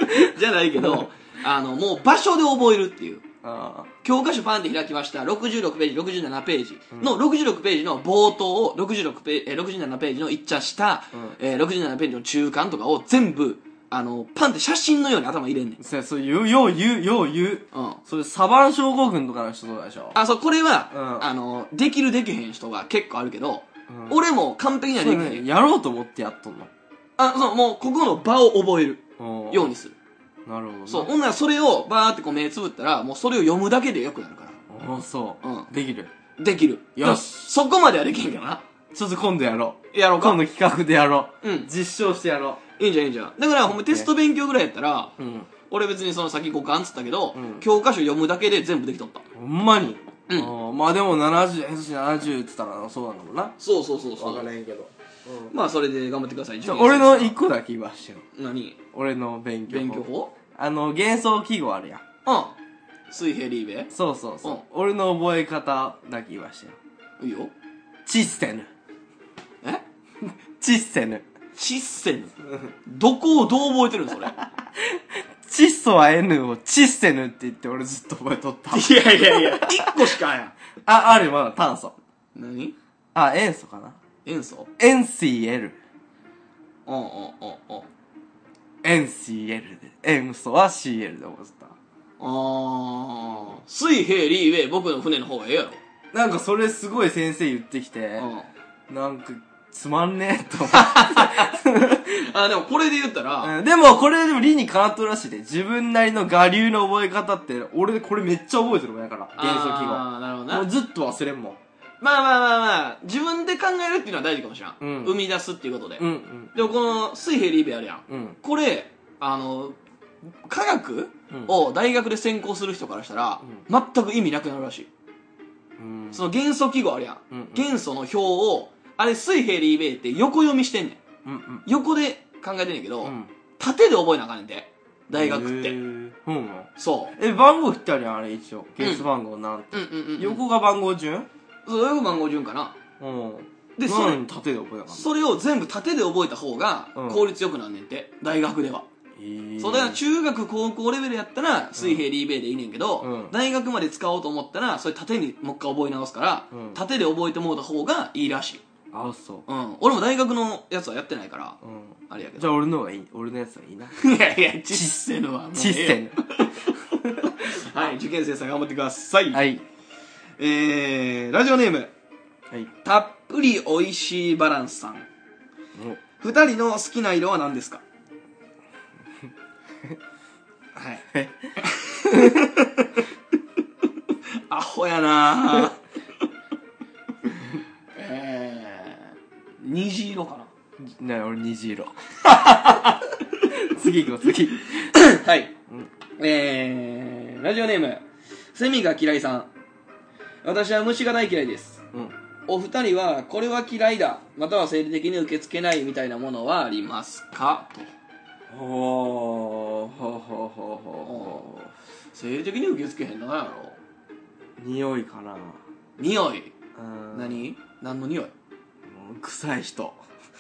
じゃないけどあのもう場所で覚えるっていう。 あ教科書パンって開きました。ろくじゅうろくページ、ろくじゅうななページのろくじゅうろくページの冒頭をろくじゅうろくページ、えー、ろくじゅうななページのいっちゃ下、うん、えー、ろくじゅうななページの中間とかを全部あのパンって写真のように頭入れんねん。 そうそう言うよう言うよう言う。うん。それサバン症候群とかの人とかでしょ。 あ、そうこれは、うん、あのできるできへん人が結構あるけど、うん、俺も完璧にはできへん、 ね。やろうと思ってやっとんの。 あ、そうもうここの場を覚えるようにする。 なるほど。 そうほんならそれをバーってこう目つぶったらもうそれを読むだけでよくなるから。 あ、そう。うん。できる。 できる。よし。そこまではできへんけどな。 ちょっと今度やろう。やろうか。 今度企画でやろう。うん。実証してやろう。いいんじゃんいいんじゃん。だからほんまテスト勉強ぐらいやったら、うん。俺別にその先ごかんっつったけど、うん、教科書読むだけで全部できとった。 ほんまに。うん。あまあでもななじゅう、へそしななじゅうっつったらそうなんだもんな。 そうそうそうそう。 わからへんけど。 うん。まあそれで頑張ってください。 俺の一個だけ言わしてよ。 何？ 俺の勉強法。 勉強法？ あの、幻想記号あるやん。 うん。水平リーベ？ そうそうそう。うん、俺の覚え方だけ言わしてよ。 いいよ。 チッセヌ。 え？ チッセヌ。 チッセヌ。どこをどう覚えてるのそれ。 チッソは N をチッセヌって言って俺ずっと覚えとった。 いやいやいや、一個しかやん。 あ、あるよ、まだ炭素。 何？ あ、塩素かな。 塩素？ エヌシーエル。 うんうんうんうん。 エヌシーエル で。塩素は シーエル で覚えてた。 あー。水平リーウェイ、僕の船の方がええやろ。 なんかそれすごい先生言ってきて、うん、なんかつまんねえと思ってあ、でもこれで言ったら、 うん、でもこれでも理にかなっとるらしいで、自分なりの我流の覚え方って、俺これめっちゃ覚えてるもんやから、元素記号。 あー、なるほどな。 もうずっと忘れんもん。 まあまあまあまあ、自分で考えるっていうのは大事かもしれん。うん、生み出すっていうことで。うんうん、でもこの水平リーベあるやん。うん、これ、あの、科学を大学で専攻する人からしたら、うん、全く意味なくなるらしい。うん、その元素記号あるやん。うんうん、元素の表を、あれ水平リーベって横読みしてんねん。うんうん、横で考えてんねんけど、うん、縦で覚えなあかんねんて。大学って。うん、そう。 え、番号振ってあるやん、あれ一応。ケース番号なんて。うんうんうんうん、横が番号順？ そう、横番号順かな。うん。 で、それ、縦で覚えなあかんの？ それを全部縦で覚えた方が効率よくなんねんて、大学では。そうだから中学高校レベルやったら水平リーベイでいいねんけど、うん、大学まで使おうと思ったらそれ縦にもう一回覚え直すから、うん、縦で覚えてもうた方がいいらしい。 あ、そう、 うん、俺も大学のやつはやってないから、うん、あれやけど。 じゃあ俺の方がいい、俺のやつがいいな。 いやいや、ちっせのはちっせのはい、受験生さん頑張ってください。 はい。 えー、ラジオネーム、はい、たっぷりおいしいバランスさん。二人の好きな色は何ですか？はい。アホやなえー、虹色かな。ね、俺虹色。次行こう、次。 はい。うん、えー、ラジオネーム、セミが嫌いさん。私は虫が大嫌いです。うん。お二人は、これは嫌いだ、または生理的に受け付けないみたいなものはありますか？と。ほー、ほーほーほーほー。生理的に受け付けへんのなんやろ？ 匂いかな。 匂い？何？何の匂い？ 臭い人。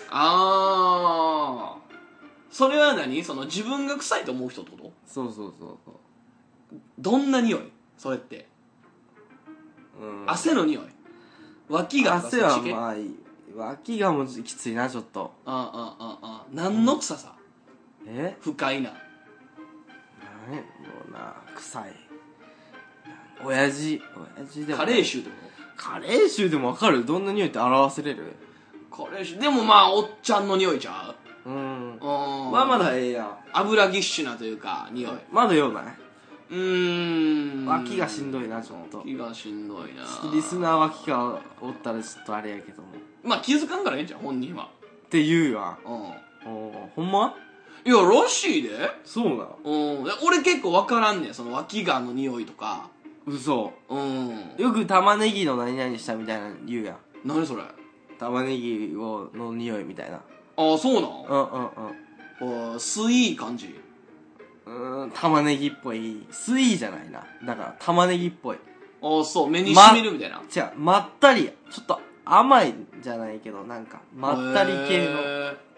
あー。それは何？その自分が臭いと思う人ってこと？ そうそうそうそう。 どんな匂い？それって。うん。汗の匂い？脇が汗はまあいい。脇がもうきついな、ちょっと。 ああああああ。何の臭さ？ うん、え？ 不快な。 何もうな、臭い。親父。親父でも。 カレー臭ってこと？ カレー臭でもわかる？どんな匂いって表せれる？ カレー臭。でもまあ、おっちゃんの匂いちゃう？うん。 うん。まあまだええやん。 油ぎっしゅなというか、匂い。 まだようない？ うーん。 脇がしんどいな、ちょっと。 脇がしんどいな。 リスナー脇がおったらちょっとあれやけども。 まあ気づかんからええんじゃん、本人は。 って言うわ。 うん。 おほんま？ いや、らしいで。 そうなの？ うん。俺結構わからんねん、その脇がの匂いとか。 嘘。 うん。 よく玉ねぎの何々したみたいな言うやん。 何それ？ 玉ねぎをの匂いみたいな。 ああ、そうなん？ うんうんうん。 ああ、スイー感じ。 うーん、玉ねぎっぽい。スイーじゃないな。だから玉ねぎっぽい。 ああ、そう、目にしみるみたいな。 違う、まったり。ちょっと甘いじゃないけど、なんか、まったり系の。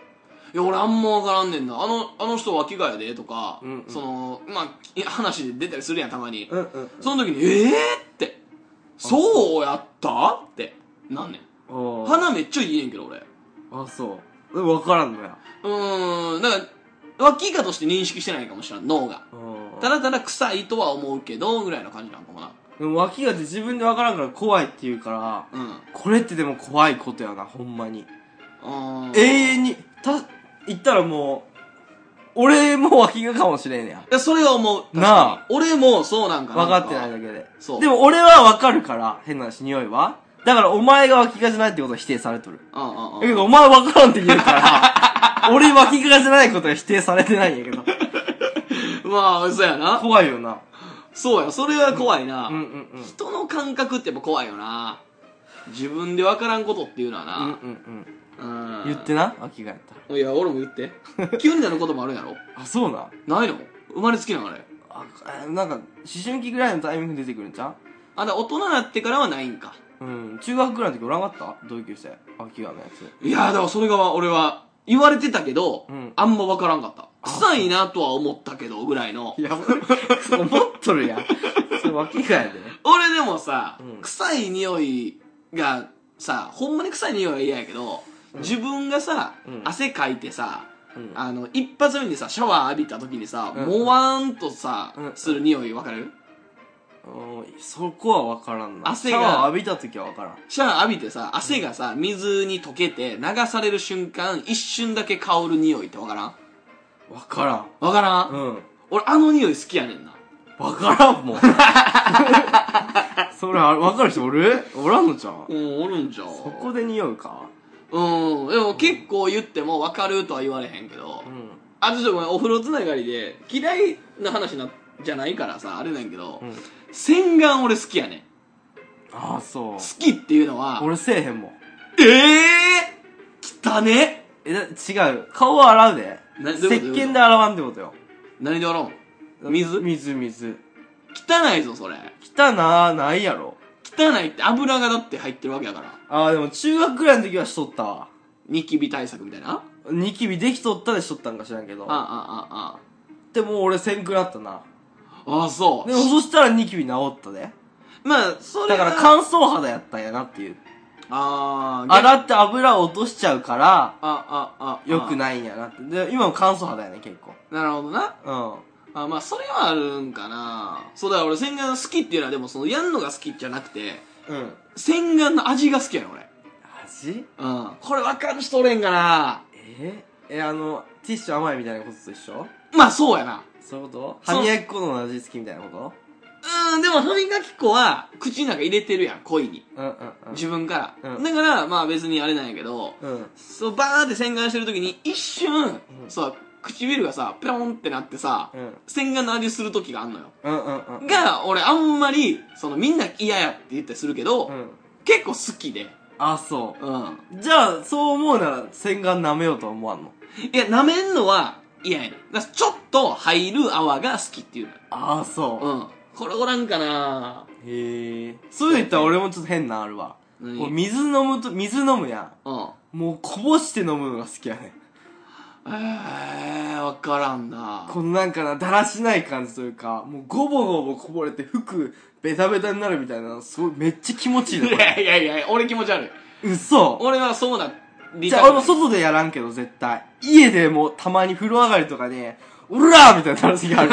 いや俺あんま分からんねんな。あのあの人脇がやでとか、 うんうん、 そのまあ話で出たりするやんたまに、 うんうん、 その時にええー、ってそうやったってなんねん。鼻めっちゃいいねんけど俺。 あ、そう分からんのや。 うーんだから脇がとして認識してないかもしれん脳が。ただただ臭いとは思うけどぐらいの感じなんかもな。 でも脇がって自分で分からんから怖いって言うから、うん、これってでも怖いことやなほんまに。永遠にた言ったらもう俺も脇がかもしれんねや。いやそれは思う。 なあ俺もそうなんかな。 分かってないだけで。そうでも俺は分かるから変な話匂いはだからお前が脇がじゃないってことは否定されとる。うんうんうん。だけどお前分からんって言うから俺脇がじゃないことは否定されてないんやけどまあそうやな。 怖いよな。 そうやそれは怖いな、 うんうんうんうん、 人の感覚ってやっぱ怖いよな。自分で分からんことっていうのはな、うんうんうん、言ってな脇がやったら。いや俺も言って急になることもあるやろ。 あそうなないの生まれつきなのあれ。 あなんか思春期ぐらいのタイミング出てくるんちゃう。 あだ大人になってからはないんか。 うん中学ぐらいの時おらんかった同級生脇がのやつ。 いやだからそれが俺は言われてたけど、うん、あんま分からんかった。臭いなとは思ったけどぐらいの。 いや思っとるやんそれ脇がやで。 俺でもさ、うん、臭い匂いがさほんまに臭い匂いは嫌やけど、うん、自分がさ、うん、汗かいてさ、うん、あの一発目にさシャワー浴びた時にさ、うん、もわーんとさ、うん、する匂い分かる？ そこは分からんな。汗がシャワー浴びた時は分からん。 シャワー浴びてさ汗がさ水に溶けて流される瞬間一瞬だけ香る匂いって分からん？ 分からん。 分からん？うん。俺あの匂い好きやねんな。 分からんもんそれ分かる人おる？おらんのちゃう？ うんおるんちゃう。 そこで匂うか。 うんでも結構言っても分かるとは言われへんけど、うん、あちょっとごめんお風呂つながりで嫌いな話なじゃないからさあれなんやけど、うん、洗顔俺好きやねん。 ああそう好きっていうのは俺せえへんもん。 ええー、汚ねえ違う顔は洗うで石鹸で洗わんってことよ。 何で洗うん？水水水汚いぞそれ。 汚なないやろ。 汚いって油がだって入ってるわけやから。 ああでも中学ぐらいの時はしとったわ。 ニキビ対策みたいな。 ニキビできとったでしとったんか知らんけど。 ああああああでも俺せんくなったな。 ああそうでもそしたらニキビ治ったで。 まあそれだから乾燥肌やったんやなっていう。 ああ洗って油を落としちゃうからあああよくないんやなって。で今も乾燥肌やね結構。 なるほどな。うんあまあそれはあるんかな。そうだから俺洗顔好きっていうのはでもそのやんのが好きじゃなくて、うん、洗顔の味が好きやね俺。 味？ うんこれ分かる人おれんかな。 ええあのティッシュ甘いみたいなことと一緒？ まあそうやな。 そういうこと？歯磨き粉の味好きみたいなこと？ うん、でも歯磨き粉は口の中入れてるやん、恋に。うんうんうん。自分から。うん、だから、まあ別にあれなんやけど、うん、そう、バーって洗顔してる時に一瞬、うん、そう、唇がさ、ペロンってなってさ、うん、洗顔の味する時があんのよ。うんうんうん。が、俺あんまり、そのみんな嫌やって言ったりするけど、うん、結構好きで。 あ、そう。うん。じゃあ、そう思うなら洗顔舐めようとは思わんの？ いや、舐めんのは嫌やねん。だからちょっと入る泡が好きっていうの。 ああ、そう。 うん。これおらんかな。 へえ。そう言ったら俺もちょっと変なあるわ。もう水飲むと、水飲むやん。うん。もうこぼして飲むのが好きやねん。 えー、わからんな。 このなんかな、だらしない感じというか、もうゴボゴボこぼれて服ベタベタになるみたいな、すごいめっちゃ気持ちいいな。 いやいやいや、俺気持ち悪い。 嘘。 俺はそうな、 じゃあ俺も外でやらんけど絶対。家でもうたまに風呂上がりとかに、うらーみたいな時があるから。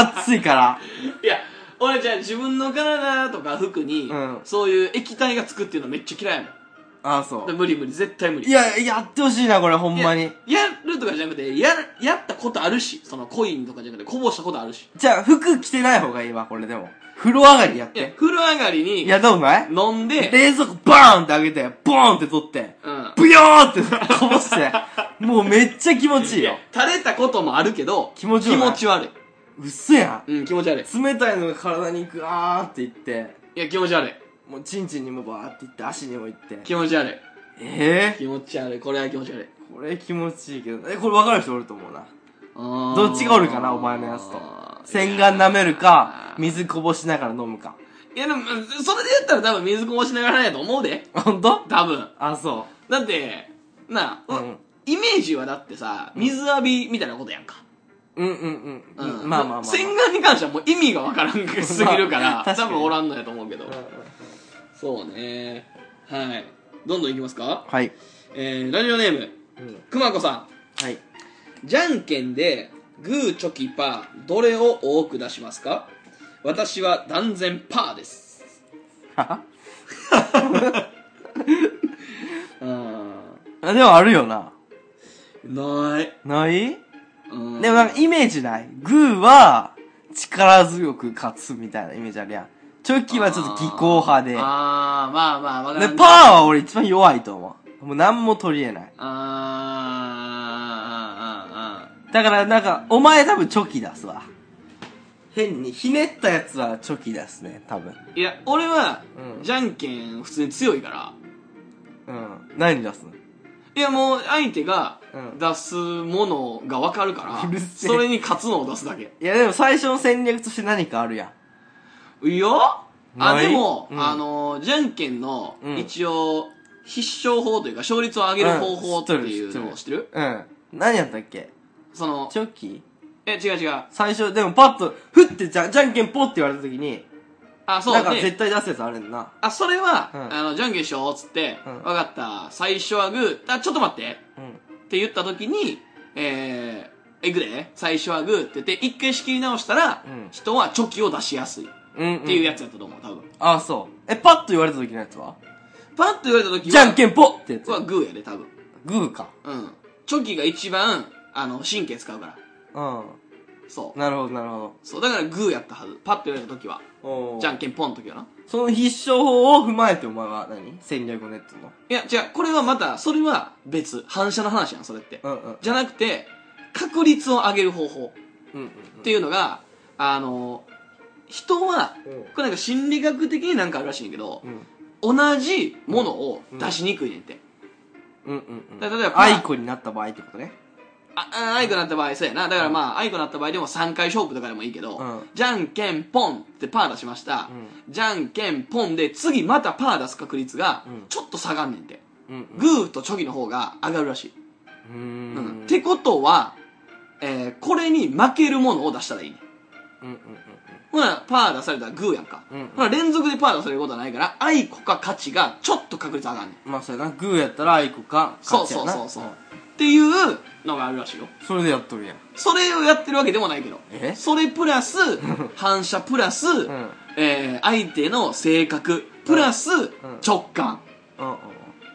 暑いから。 いや、俺じゃあ自分の体とか服に、うん、そういう液体がつくっていうのめっちゃ嫌いやもん。 ああ、そう。 無理無理、絶対無理。 いや、やってほしいな、これ、ほんまに。 や、やるとかじゃなくて、や、やったことあるし、そのコインとかじゃなくて、こぼしたことあるし。 じゃあ、服着てない方がいいわ、これでも。風呂上がりやって。いや、 風呂上がりに、 やったことない？ 飲んで、 冷蔵庫バーンって開けて、ボーンって取って、うん。ブヨーってこぼして、もうめっちゃ気持ちいいよ。 垂れたこともあるけど、 気持ち悪い。 気持ち悪い。 うっそやん。うん、気持ち悪い。 冷たいのが体にグワーっていって、 いや、気持ち悪い。 もうチンチンにもバーっていって、足にもいって。 気持ち悪い。 えぇ、ー、 気持ち悪い。これは気持ち悪い。 これ気持ちいいけど、え、これ分かる人おると思うな。あどっちがおるかな、お前のやつと。洗顔舐めるか、水こぼしながら飲むか。 いやでも、それで言ったら多分水こぼしながらやと思うで。 ほんと？ 多分。 あ、そう。だって、なあ、うん、 イメージはだってさ、水浴びみたいなことやんか。 うんうんうん。 うん。 まあまあまあ。 洗顔に関してはもう意味がわからんすぎるから、 まあ、 多分おらんのやと思うけど。 うんうんうん、 そうね。はい。どんどんいきますか？ はい。 えー、ラジオネーム、くまこさん。 はい。 じゃんけんで、グーチョキパー、どれを多く出しますか？私は断然パーです。はあ、でもあるよな。 ない。 ない？うん、でもなんかイメージない。グーは力強く勝つみたいなイメージあるやん。チョキはちょっと技巧派で。 あー、まあまあ、わかる。 で、パーは俺一番弱いと思う。もう何も取り得ない。あー、だからなんか、お前多分チョキ出すわ。変にひねったやつはチョキ出すね、多分。 いや、俺は、うん、じゃんけん普通に強いから。 うん。何出すの？ いやもう相手が出すものが分かるから、うん、それに勝つのを出すだけ。いやでも最初の戦略として何かあるやん。いやあ、でも、うん、あの、じゃんけんの、一応、必勝法というか、勝率を上げる方法っていうのを知ってる？ うん。何やったっけ？ その、 チョキ？ え、違う違う。 最初、でもパッと、ふってじゃん、じゃんけんポって言われた時に、 あ、そうなんか絶対出すやつあるんな。 あ、それは、うん、あの、じゃんけんしようっつって、うん、分かった、最初はグー、あ、ちょっと待って、うん、って言った時に、えー、えぐで、最初はグーって言って、一回仕切り直したら、うん、人はチョキを出しやすい。っていうやつやったと思う、多分。 あ、そう。え、パッと言われた時のやつは？ パッと言われた時は、 じゃんけんポってやつはグーやで、多分。 グーか。 うん。チョキが一番、あの、神経使うから。うん。そう。 なるほど、なるほど。 そう、だからグーやったはず。パッと言われた時は。じゃんけんポンの時はな。 その必勝法を踏まえてお前は何？戦略を練ってんの？ いや、違う、これはまた、それは別。反射の話やん、それって。うんうん。じゃなくて、確率を上げる方法。うんうん。っていうのが、あの、人は、これなんか心理学的になんかあるらしいんやけど、うん、同じものを出しにくいねんて。 うんうんうん。例えば、アイコになった場合ってことね。 あ、アイコになった場合、そうやな。だからまあ、アイコになった場合でもさんかい勝負とかでもいいけど、うん、じゃんけんポンってパー出しました。うん、じゃんけんポンで次またパー出す確率が、ちょっと下がんねんて。うんうん、グーとチョキの方が上がるらしい。うーん、うん。ってことは、えー、これに負けるものを出したらいいね。うんうんうん。ほな、パー出されたらグーやんか。うんうん、ほな、連続でパー出されることはないから、アイコか勝ちがちょっと確率上がんねん。 まあそうやな。グーやったらアイコか勝ちやな。 そうそうそうそう。っていうのがあるらしいよ。 それでやっとるやん。 それをやってるわけでもないけど。え？それプラス、反射プラス、うん、えー、相手の性格、プラス、うん、直感。うんうん。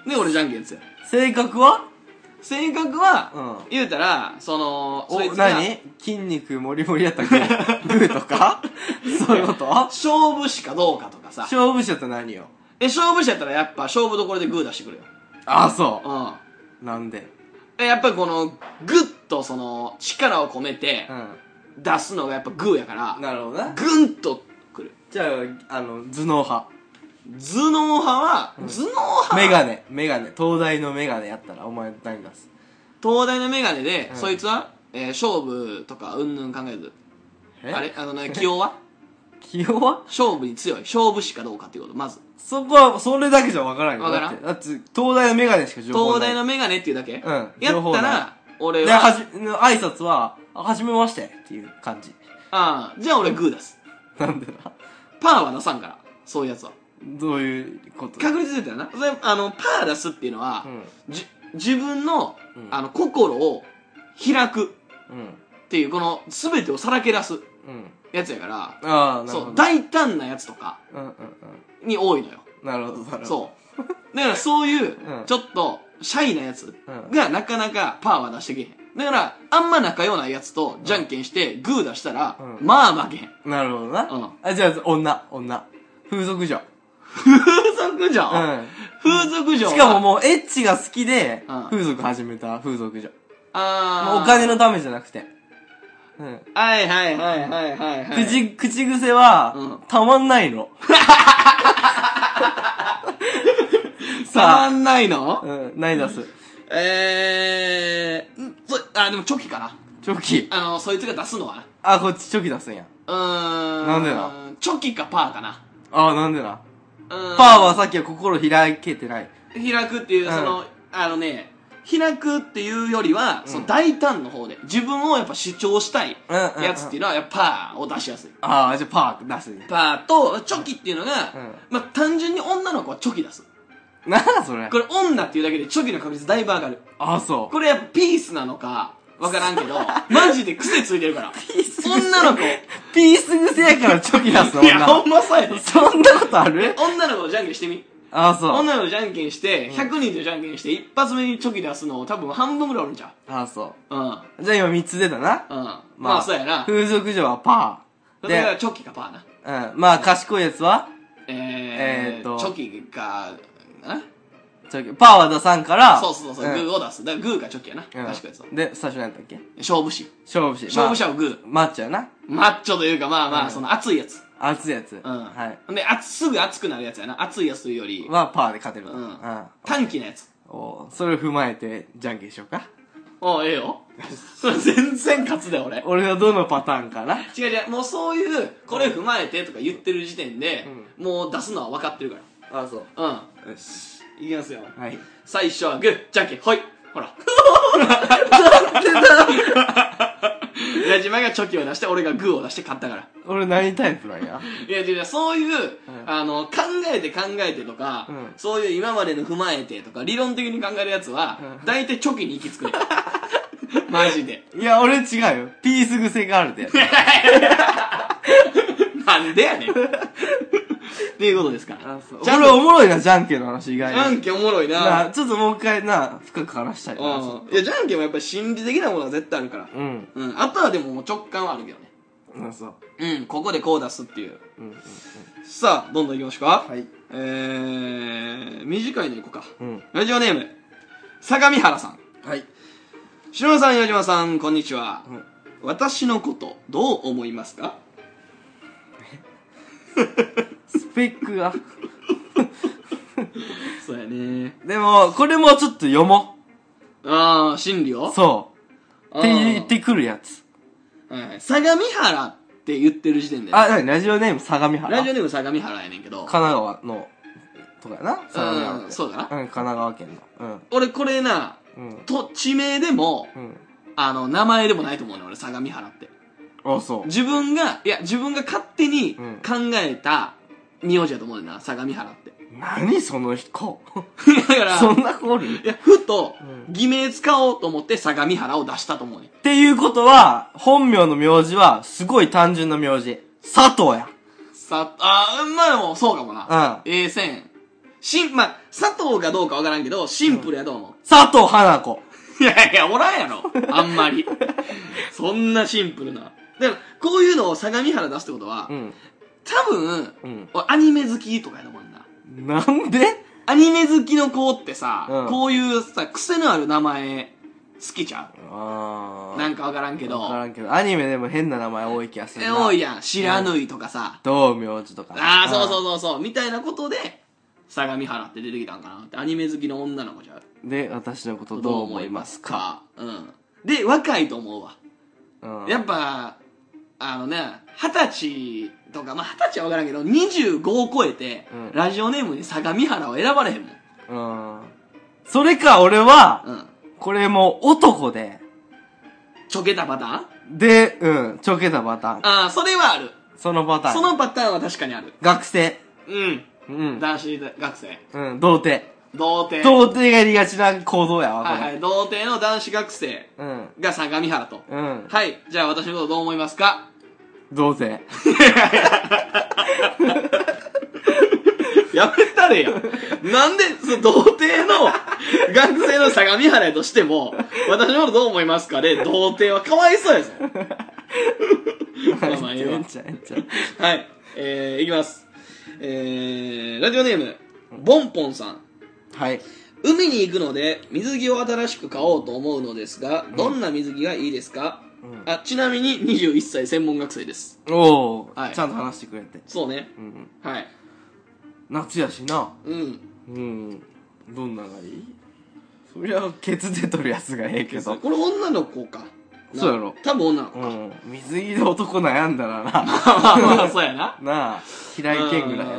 で、俺じゃんけんですよ。 性格は？ 性格は、うん、言うたら、その、 そいつが何？筋肉もりもりやったっけ？グーとかそういうこと？ 勝負師かどうかとかさ。 勝負師やったら何よ？ え、勝負師やったらやっぱ勝負どころでグー出してくるよ。 ああ、そう。うん。なんで？ やっぱりこの、グッとその、力を込めて、出すのがやっぱグーやから、 なるほどな。 グンとくる。 じゃあ、あの、頭脳派。 頭脳派は、うん、頭脳派メガネ、メガネ。東大のメガネやったら、お前何出す？ 東大のメガネで、うん、そいつは、えー、勝負とか、うんぬん考えず。あれあのね、器用は器用は勝負に強い。勝負師かどうかっていうこと、まず。 そこは、それだけじゃ分からんよ。 分からん。 だって、東大のメガネしか情報ない。 東大のメガネっていうだけ？うん。 やったら、俺は。 で、はじ、挨拶は、はじめましてっていう感じ。 ああ、じゃあ俺グー出す。 なんでだ？ パーは出さんから。そういうやつは。 どういうこと？ 確率で言ったらな。それ、あの、パー出すっていうのは、うん、じ、自分の、うん、あの、心を開く。うん。っていう、この、すべてをさらけ出す。うん。やつやから、ああ、なるほど。そう、大胆なやつとか、うんうんうん。に多いのよ。 なるほど、なるほど。 そう。だからそういう、ちょっと、シャイなやつがなかなかパーは出してけへん。だから、あんま仲良ないやつとじゃんけんして、グー出したら、うん、まあ負けへん。 なるほどな。うん。あ、じゃあ、女、女。風俗嬢。 風俗嬢？うん。風俗嬢。 しかももう、エッチが好きで、風俗始めた風俗嬢。ああ。もうお金のためじゃなくて。 うん。はいはいはいはいはい、はい。 口、口癖は、うん、たまんないの。 たまんないの？ うん、何出す？ えー、んそ、あ、でもチョキかな。 チョキ。 あの、そいつが出すのはな。 あ、こっちチョキ出すんや。 うーん。 なんでな？ チョキかパーかな。 あ、なんでな？パーはさっきは心開けてない。 開くっていう、その、あのね、 開くっていうよりは、うん、その大胆の方で自分をやっぱ主張したいやつっていうのはやっぱパーを出しやすい。 ああ、じゃあパー出すね。 パーとチョキっていうのが、うん、まあ単純に女の子はチョキ出す。 なんだそれ。 これ女っていうだけでチョキの確率だいぶ上がる。 ああ、そう。 これやっぱピースなのかわからんけど、マジで癖ついてるから。ピース女の子。 ピース癖やからチョキ出すの。 いや、ほんまそうやで。 そんなことある？ 女の子とじゃんけんしてみ。 ああ、そう。 女の子じゃんけんして、ひゃくにんでじゃんけんして、一発目にチョキ出すの多分半分ぐらいおるんちゃう。ああ、そう。 うん。 じゃあ今みっつ出たな。 うん。まあ、まあ、そうやな。 風俗嬢はパー。で、それがチョキかパーな。うん。まあ、賢いやつはえー、えーと、チョキか、なチョキ。パーは出さんから、 そうそうそう、うん、グーを出す。だからグーかチョキやな。うん、賢いやつは。 で、最初何やったっけ？ 勝負師。 勝負師。 勝負師はグー。 マッチョやな。 マッチョというか、まあまあ、うん、その熱いやつ。 熱いやつ。 うん。はい。で、熱、すぐ熱くなるやつやな。熱いやつというより。 は、パーで勝てる。 うん。うん。短期なやつ。 おそれを踏まえて、じゃんけんしようか。 おう、ええよ。全然勝つで、俺。 俺はどのパターンかな？ 違う違う、もうそういう、これ踏まえてとか言ってる時点で、うん、もう出すのは分かってるから。ああ、そう。 うん。よし。いきますよ。 はい。 最初はグー、じゃんけん、ほい。ほら。 なんでだ矢島がチョキを出して、俺がグーを出して勝ったから。 俺何タイプなんや？ いや違う、そういう、うん、あの、考えて考えてとか、うん、そういう今までの踏まえてとか、理論的に考えるやつは、うん、大体チョキに行き着くね。マジで。 いや、俺違うよ。ピース癖があるで。 なんでやねん。っていうことですから。 俺おもろいな、じゃんけんの話以外に。 じゃんけんおもろいな。 なちょっともう一回な、深く話したいな。 いや、じゃんけんはやっぱり心理的なものは絶対あるから。うん。うん。あとはでももう直感はあるけどね。 うん、そう。 うん、ここでこう出すっていう。うん、うん、うん。さあ、どんどん行きましょうか。 はい。 えー、短いの行こうか。うん。ラジオネーム、相模原さん。 はい。 篠山さん、矢島さん、こんにちは。うん、私のこと、どう思いますか？ スペックが。 そうやね。 でも、これもちょっと読もう。ああ、心理を？ そう。って言ってくるやつ。 はい。相模原って言ってる時点で、ね。 あ、なにラジオネーム相模原？ ラジオネーム相模原やねんけど。 神奈川の、とかやな？相模原って。 うん、そうだな。うん、 神奈川県の。うん。 俺これな、うん、と、地名でも、うん、あの、名前でもないと思うね、俺、相模原って。 あ、そう。 自分が、いや、自分が勝手に考えた名字だと思うねんな、相模原って。 何その子。 だから、 そんな子おる？ いや、ふと、偽名使おうと思って相模原を出したと思うねん。 っていうことは、本名の名字は、すごい単純な名字。佐藤や。 さ、あ、まあでも、そうかもな。うん。ええ線。しん、まあ、佐藤かどうかわからんけど、シンプルやと思う。うん、 佐藤花子。 いやいや、おらんやろ。あんまり。そんなシンプルな。だから、こういうのを相模原出すってことは、うん、多分、うん、アニメ好きとかやと思うんだ。 なんで？ アニメ好きの子ってさ、うん、こういうさ、癖のある名前、好きちゃう？あー。なんかわからんけど。 わからんけど、アニメでも変な名前多い気がするな。 多いやん。知らぬいとかさ。 道明寺とか。 ああ、そうそうそうそう。みたいなことで、相模原って出てきたんかなって。アニメ好きの女の子じゃう。 で、私のことどう思いますか？ うん。で、若いと思うわ。うん。やっぱ、あのね、二十歳とか、まあ二十歳は分からんけど、にじゅうごを超えて、うん、ラジオネームに相模原を選ばれへんもん。 うん。それか、俺は、うん、これもう男で、 ちょけたパターンで、うん、ちょけたパターン。 ああ、それはある。 そのパターン。 そのパターンは確かにある。 学生。 うん。うん。男子学生。 うん、童貞。 童貞。 童貞がやりがちな行動やわ、 はいはい。童貞の男子学生が相模原と。うん。はい。じゃあ私のことどう思いますか？ 童貞。 やめたれや。なんで、その童貞の学生の相模原やとしても、私のことどう思いますかで、童貞はかわいそうやぞ。まあまあ、いいわ。はい。えー、いきます。えー、ラジオネーム、ボンポンさん。 はい。 海に行くので、水着を新しく買おうと思うのですが、どんな水着がいいですか？うん、あ、ちなみににじゅういっさい専門学生です。 おー、はい、ちゃんと話してくれて。 そうね。うん、はい。 夏やしな。 うん。 うん。どんながいい？そりゃ、ケツ出とるやつがええけど。 これ女の子か。 そうやろ。 多分女の子か。 うん。水着で男悩んだらな。 まあまあまあ、そうやな。 なあ、平井堅ぐらいやで。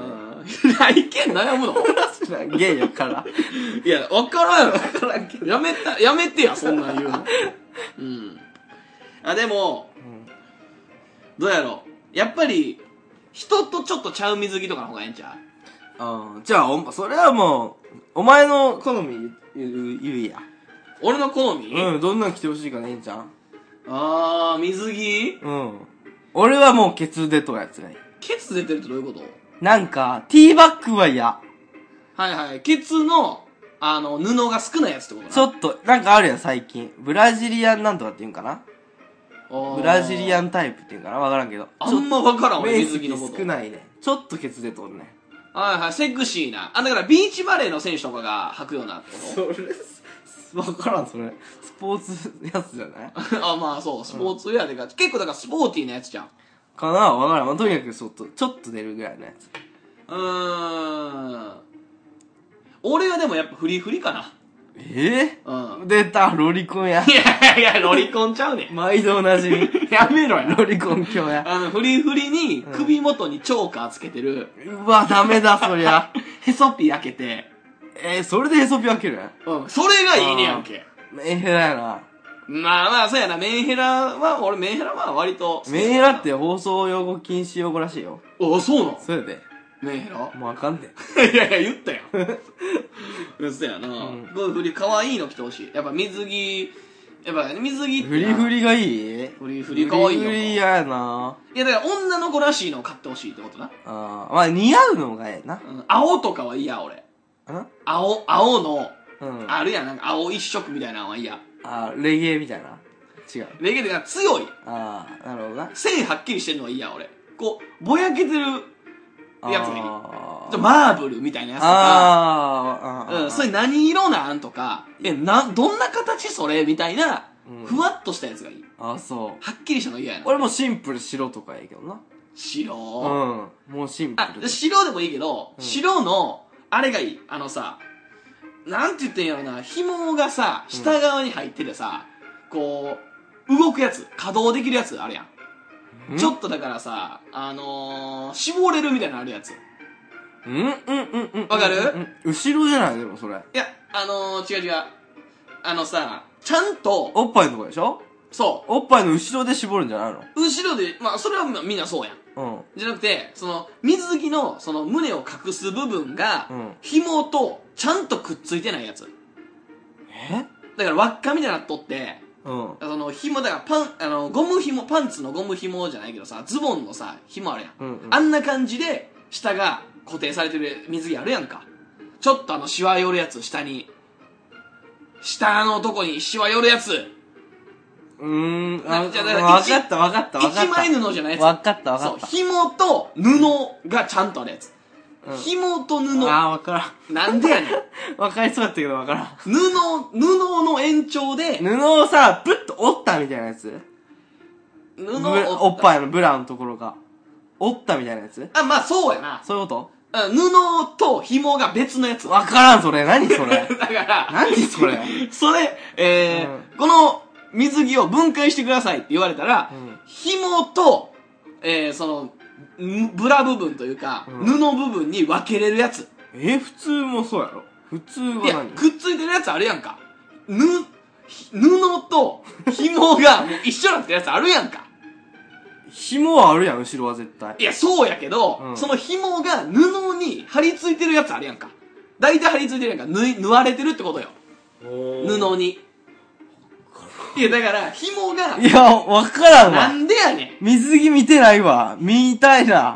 意見悩むのゲイやから。 いや、わからんよ。やめた、やめてや、そんなん言うの。うん。あ、でも、うん、どうやろう。やっぱり、人とちょっとちゃう水着とかの方がええんちゃう？ ああ、じゃあ、お、それはもう、お前の好み言う、言うや。 俺の好み？ うん、どんなん着てほしいかねえんちゃん。 あー、水着？ うん。俺はもうケツ出とるやつがいい。 ケツ出てるってどういうこと？ なんか、ティーバッグは嫌。 はいはい。ケツの、あの、布が少ないやつってことな。 ちょっと、なんかあるやん、最近。ブラジリアンなんとかって言うんかな？ブラジリアンタイプって言うんかな？わからんけど。 あんまわからん、俺、水着のこと。 少ないね。ちょっとケツ出とるね。 はいはい、セクシーな。あ、だからビーチバレーの選手とかが履くようなってこと？それ、わからん、それ。スポーツやつじゃない？ あ、まあそう、スポーツウェアでか、うん、結構だからスポーティーなやつじゃん。 かな？わからん。まあ、とにかくちょっと、ちょっと出るぐらいのやつ。 うーん。俺はでもやっぱフリフリかな。 えぇ、 うん、出た、ロリコンや。 いやいや、ロリコンちゃうねん。 毎度おなじみ。 やめろや。 ロリコン今日や。 あの、フリフリに首元にチョーカーつけてる。 うん、うわ、ダメだ、そりゃ。 へそピー開けて。 えー、それでへそピー開ける？ うん。それがいいねやんけ。 メンヘラやな。 まあまあ、そうやな。メンヘラは、俺メンヘラは割と。 メンヘラって放送用語禁止用語らしいよ。 あ、そうなの？ それで。 メンヘラ？ もうあかんで。 いやいや、言ったよ。そうやな。うん、こういうフリ、かわいいの着てほしい。やっぱ水着、やっぱ水着って。 フリフリがいい？ フリフリかわいいよ。 フリフリ嫌やな。 いや、だから女の子らしいのを買ってほしいってことな。 ああ、まあ似合うのがええな。 うん、青とかは嫌、俺。ん青、青の、うん、あるやん、なんか青一色みたいなのは嫌。 ああ、レゲエみたいな。違う。 レゲエってか強い。 ああ、なるほどな。 線はっきりしてるのは嫌、俺。こう、ぼやけてるやつがいい。マーブルみたいなやつとか、ああ、うん、それ何色なんとか、え、な、どんな形それみたいな、ふわっとしたやつがいい。 ああ、そう。 はっきりしたの嫌やな。 俺もシンプル白とかやけどな。 白？ うん。もうシンプル。 あ、白でもいいけど、うん、白の、あれがいい。あのさ、なんて言ってんやろな、紐がさ、下側に入っててさ、うん、こう、動くやつ、稼働できるやつあるやん。んちょっとだからさ、あのー、絞れるみたいなのあるやつ。 うんうんうんうん。 わかる？ 後ろじゃないでもそれ。 いや、あのー、違う違う。あのさ、ちゃんと。 おっぱいのとこでしょ？ そう。 おっぱいの後ろで絞るんじゃないの？ 後ろで、まあ、それはみんなそうやん。うん。じゃなくて、その、水着の、その、胸を隠す部分が、うん、紐と、ちゃんとくっついてないやつ。 え？ だから、輪っかみたいなのとって、 うん。 その、紐、だから、パン、あの、ゴム紐、パンツのゴム紐じゃないけどさ、ズボンのさ、紐あるやん。うんうん、あんな感じで、下が固定されてる水着あるやんか。ちょっとあの、シワ寄るやつ、下に。下のとこにシワ寄るやつ。 うーん。 あ、じゃあ、 わかったわかったわかった。 一枚布じゃないやつ。 わかったわかった。 そう、紐と布がちゃんとあるやつ。うん、紐と布。 ああ、わからん。 なんでやねん。 わかりそうだったけどわからん。 布、布の延長で。 布をさ、プッと折ったみたいなやつ？布をおっぱいのブラのところが。折ったみたいなやつ？ あ、まあそうやな。 そういうこと？ 布と紐が別のやつ。 わからん、それ。何それ。 だから。 何それ。 それ、えー、うん、この水着を分解してくださいって言われたら、うん、紐と、えー、その、ブラ部分というか、うん、布部分に分けれるやつ。 えー、普通もそうやろ？普通は何？いや、 くっついてるやつあるやんか。ぬ、布と紐がもう一緒になってるやつあるやんか。 紐はあるやん、後ろは絶対。 いや、そうやけど、うん、その紐が布に貼り付いてるやつあるやんか。大体貼り付いてるやんか。縫い、縫われてるってことよ。布に。いや、だから、紐が。 いや、わからんわ。 なんでやねん。水着見てないわ。見たいな。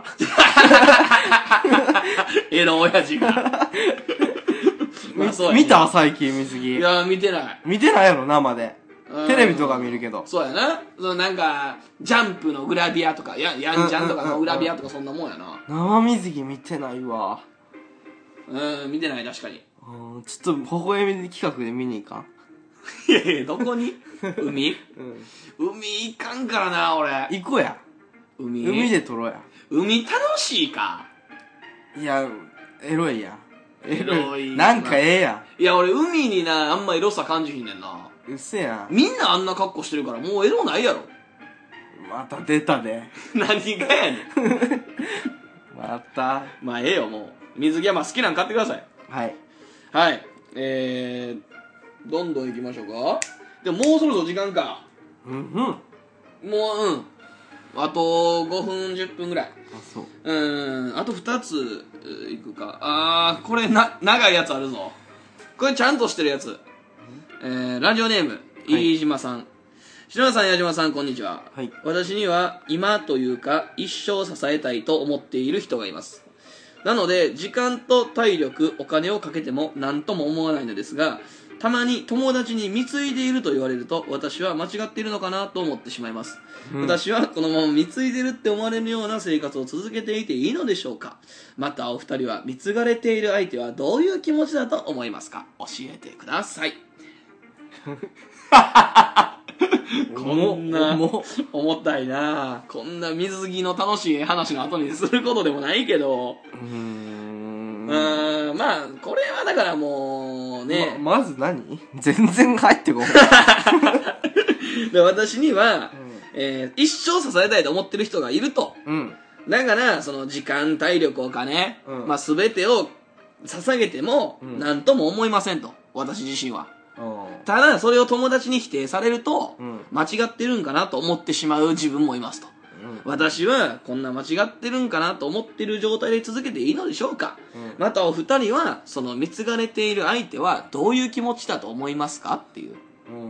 エロ親父が。 まあそうやね、見た最近水着。 いや、見てない。 見てないやろ、生で。テレビとか見るけど。 そうやな。そのなんか、ジャンプのグラビアとか、や、やんちゃんとかのグラビアとかそんなもんやな。 生水着見てないわ。 うん、見てない、確かに。 うん、ちょっと、微笑み企画で見に行かん？ いやいや、どこに？海？うん。海行かんからな、俺。 行こうや。 海？ 海で撮ろうや。 海楽しいか。 いや、エロいやん。 エロい。 なんかええやん。いや、俺海にな、あんまエロさ感じひんねんな。 うっせやん。 みんなあんな格好してるからもうエロないやろ。 また出たで。 何がやねん。 またまあええよもう水着はまあ好きなん買ってください。 はいはいえー、どんどん行きましょうか。でももうそろそろ時間か。 うんうんもううんあとごふんじゅっぷんぐらい。 あそううんあとふたついくか。あーこれな長いやつあるぞ。これちゃんとしてるやつ。えー、ラジオネーム飯島さん、はい、篠田さん矢島さんこんにちは、 はい、 私には今というか一生支えたいと思っている人がいます。なので時間と体力お金をかけても何とも思わないのですが、たまに友達に貢いでいると言われると私は間違っているのかなと思ってしまいます、うん、私はこのまま貢いでるって思われるような生活を続けていていいのでしょうか。またお二人は貢がれている相手はどういう気持ちだと思いますか。教えてくださいこんな重たいな。こんな水着の楽しい話の後にすることでもないけど、うーんうーんまあこれはだからもうねま, まず何全然入ってこないで私には、うんえー、一生支えたいと思ってる人がいると、うん、だからその時間体力お金、うんまあ、全てを捧げても何とも思いませんと私自身は。ただそれを友達に否定されると、うん、間違ってるんかなと思ってしまう自分もいますと、うん、私はこんな間違ってるんかなと思ってる状態で続けていいのでしょうか、うん、またお二人はその貢がれている相手はどういう気持ちだと思いますかっていう。うん、うん、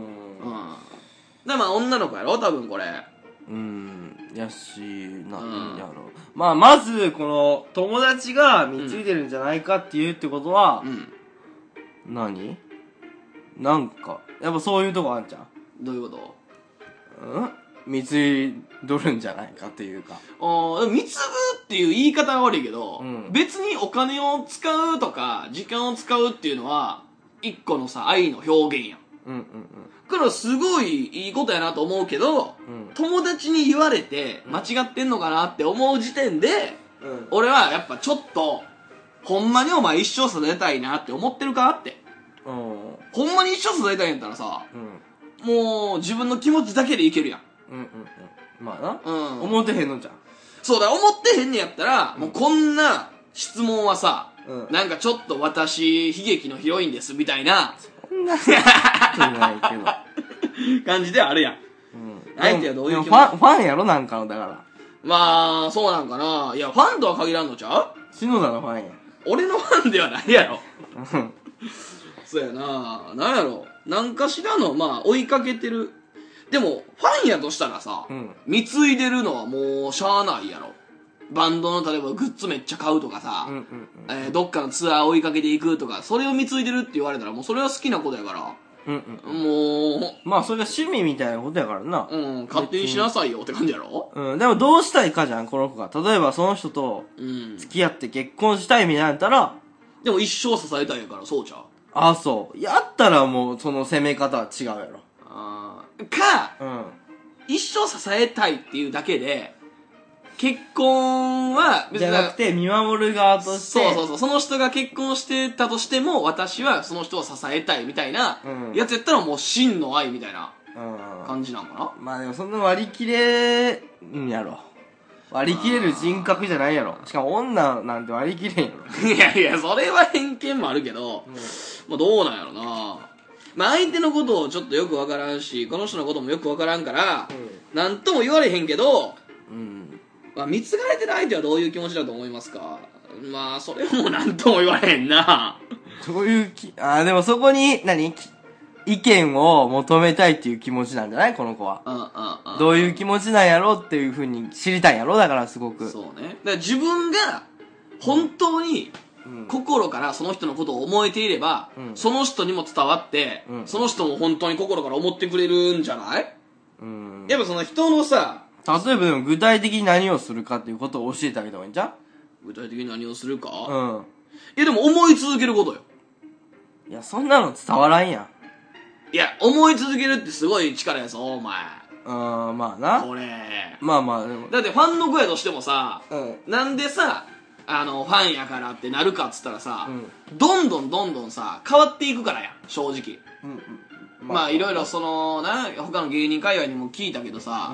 だまあ女の子やろ多分これ。 うんやしなんやろ、うん、まあまずこの友達が貢いでるんじゃないかっていうってことは、うん、何なんかやっぱそういうとこあんじゃん。 どういうこと？ うん貢いどるんじゃないかっていうか。 ああ貢ぐっていう言い方は悪いけど、うん、別にお金を使うとか時間を使うっていうのは一個のさ愛の表現やん。うんうんうん。だからすごいいいことやなと思うけど、うん、友達に言われて間違ってんのかなって思う時点で、うん、俺はやっぱちょっとほんまにお前一生支えたいなって思ってるかって。うん、ほんまに一生支えたいんやったらさ、うん、もう自分の気持ちだけでいけるやん。うんうんうん。まあな、うん、思ってへんのじゃん。 そうだ思ってへんねやったら、うん、もうこんな質問はさ、うん、なんかちょっと私悲劇のヒロインですみたいなそんなないけど感じであるやん、うん、相手はどういう気持ち。 ファン、ファンやろなんかのだからまあそうなんかな。いやファンとは限らんのちゃう。 篠田のファンや。 俺のファンではないやろそうやな。なんやろなんかしらのまあ追いかけてる。でもファンやとしたらさ、うん、貢いでるのはもうしゃあないやろ。バンドの例えばグッズめっちゃ買うとかさ、うんうんうんえー、どっかのツアー追いかけていくとか、それを貢いでるって言われたらもうそれは好きなことやから、うんうん、もうまあそれが趣味みたいなことやからな。 うん勝手にしなさいよって感じやろ。 うんでもどうしたいかじゃんこの子が。例えばその人と付き合って結婚したいみたいなやったら、 うん、でも一生支えたいやからそうちゃう。 ああそうやったらもうその攻め方は違うやろ。 あか、うん、一生支えたいっていうだけで結婚は別にじゃなくて見守る側としてそうそうそうその人が結婚してたとしても私はその人を支えたいみたいなやつやったらもう真の愛みたいな感じなんかな、 うん、まあでもそんな割り切れんやろ。割り切れる人格じゃないやろ。しかも女なんて割り切れんやろ。 いやいやそれは偏見もあるけど、うん、まあどうなんやろな。まあ相手のことをちょっとよくわからんしこの人のこともよくわからんから、うん、なんとも言われへんけど、うんまあ、貢がれてる相手はどういう気持ちだと思いますか。まあそれもなんとも言われへんな。 どういうきあでもそこに何意見を求めたいっていう気持ちなんじゃないこの子は。うんうんうん、どういう気持ちなんやろっていう風に知りたいんやろ。だからすごくそうね。だから自分が本当に心からその人のことを思えていれば、うん、その人にも伝わって、うん、その人も本当に心から思ってくれるんじゃない、うん、やっぱその人のさ例えばでも具体的に何をするかっていうことを教えてあげた方がいいんじゃん。 具体的に何をするかうんいやでも思い続けることよ。 いやそんなの伝わらんやん。 いや思い続けるってすごい力やぞお前。 うんまあなこれまあまあでもだってファンの子やとしてもさ、うん、なんでさあのファンやからってなるかっつったらさ、うん、どんどんどんどんさ変わっていくからや正直、うんうん、まあいろいろそのな他の芸人界隈にも聞いたけどさ、うん、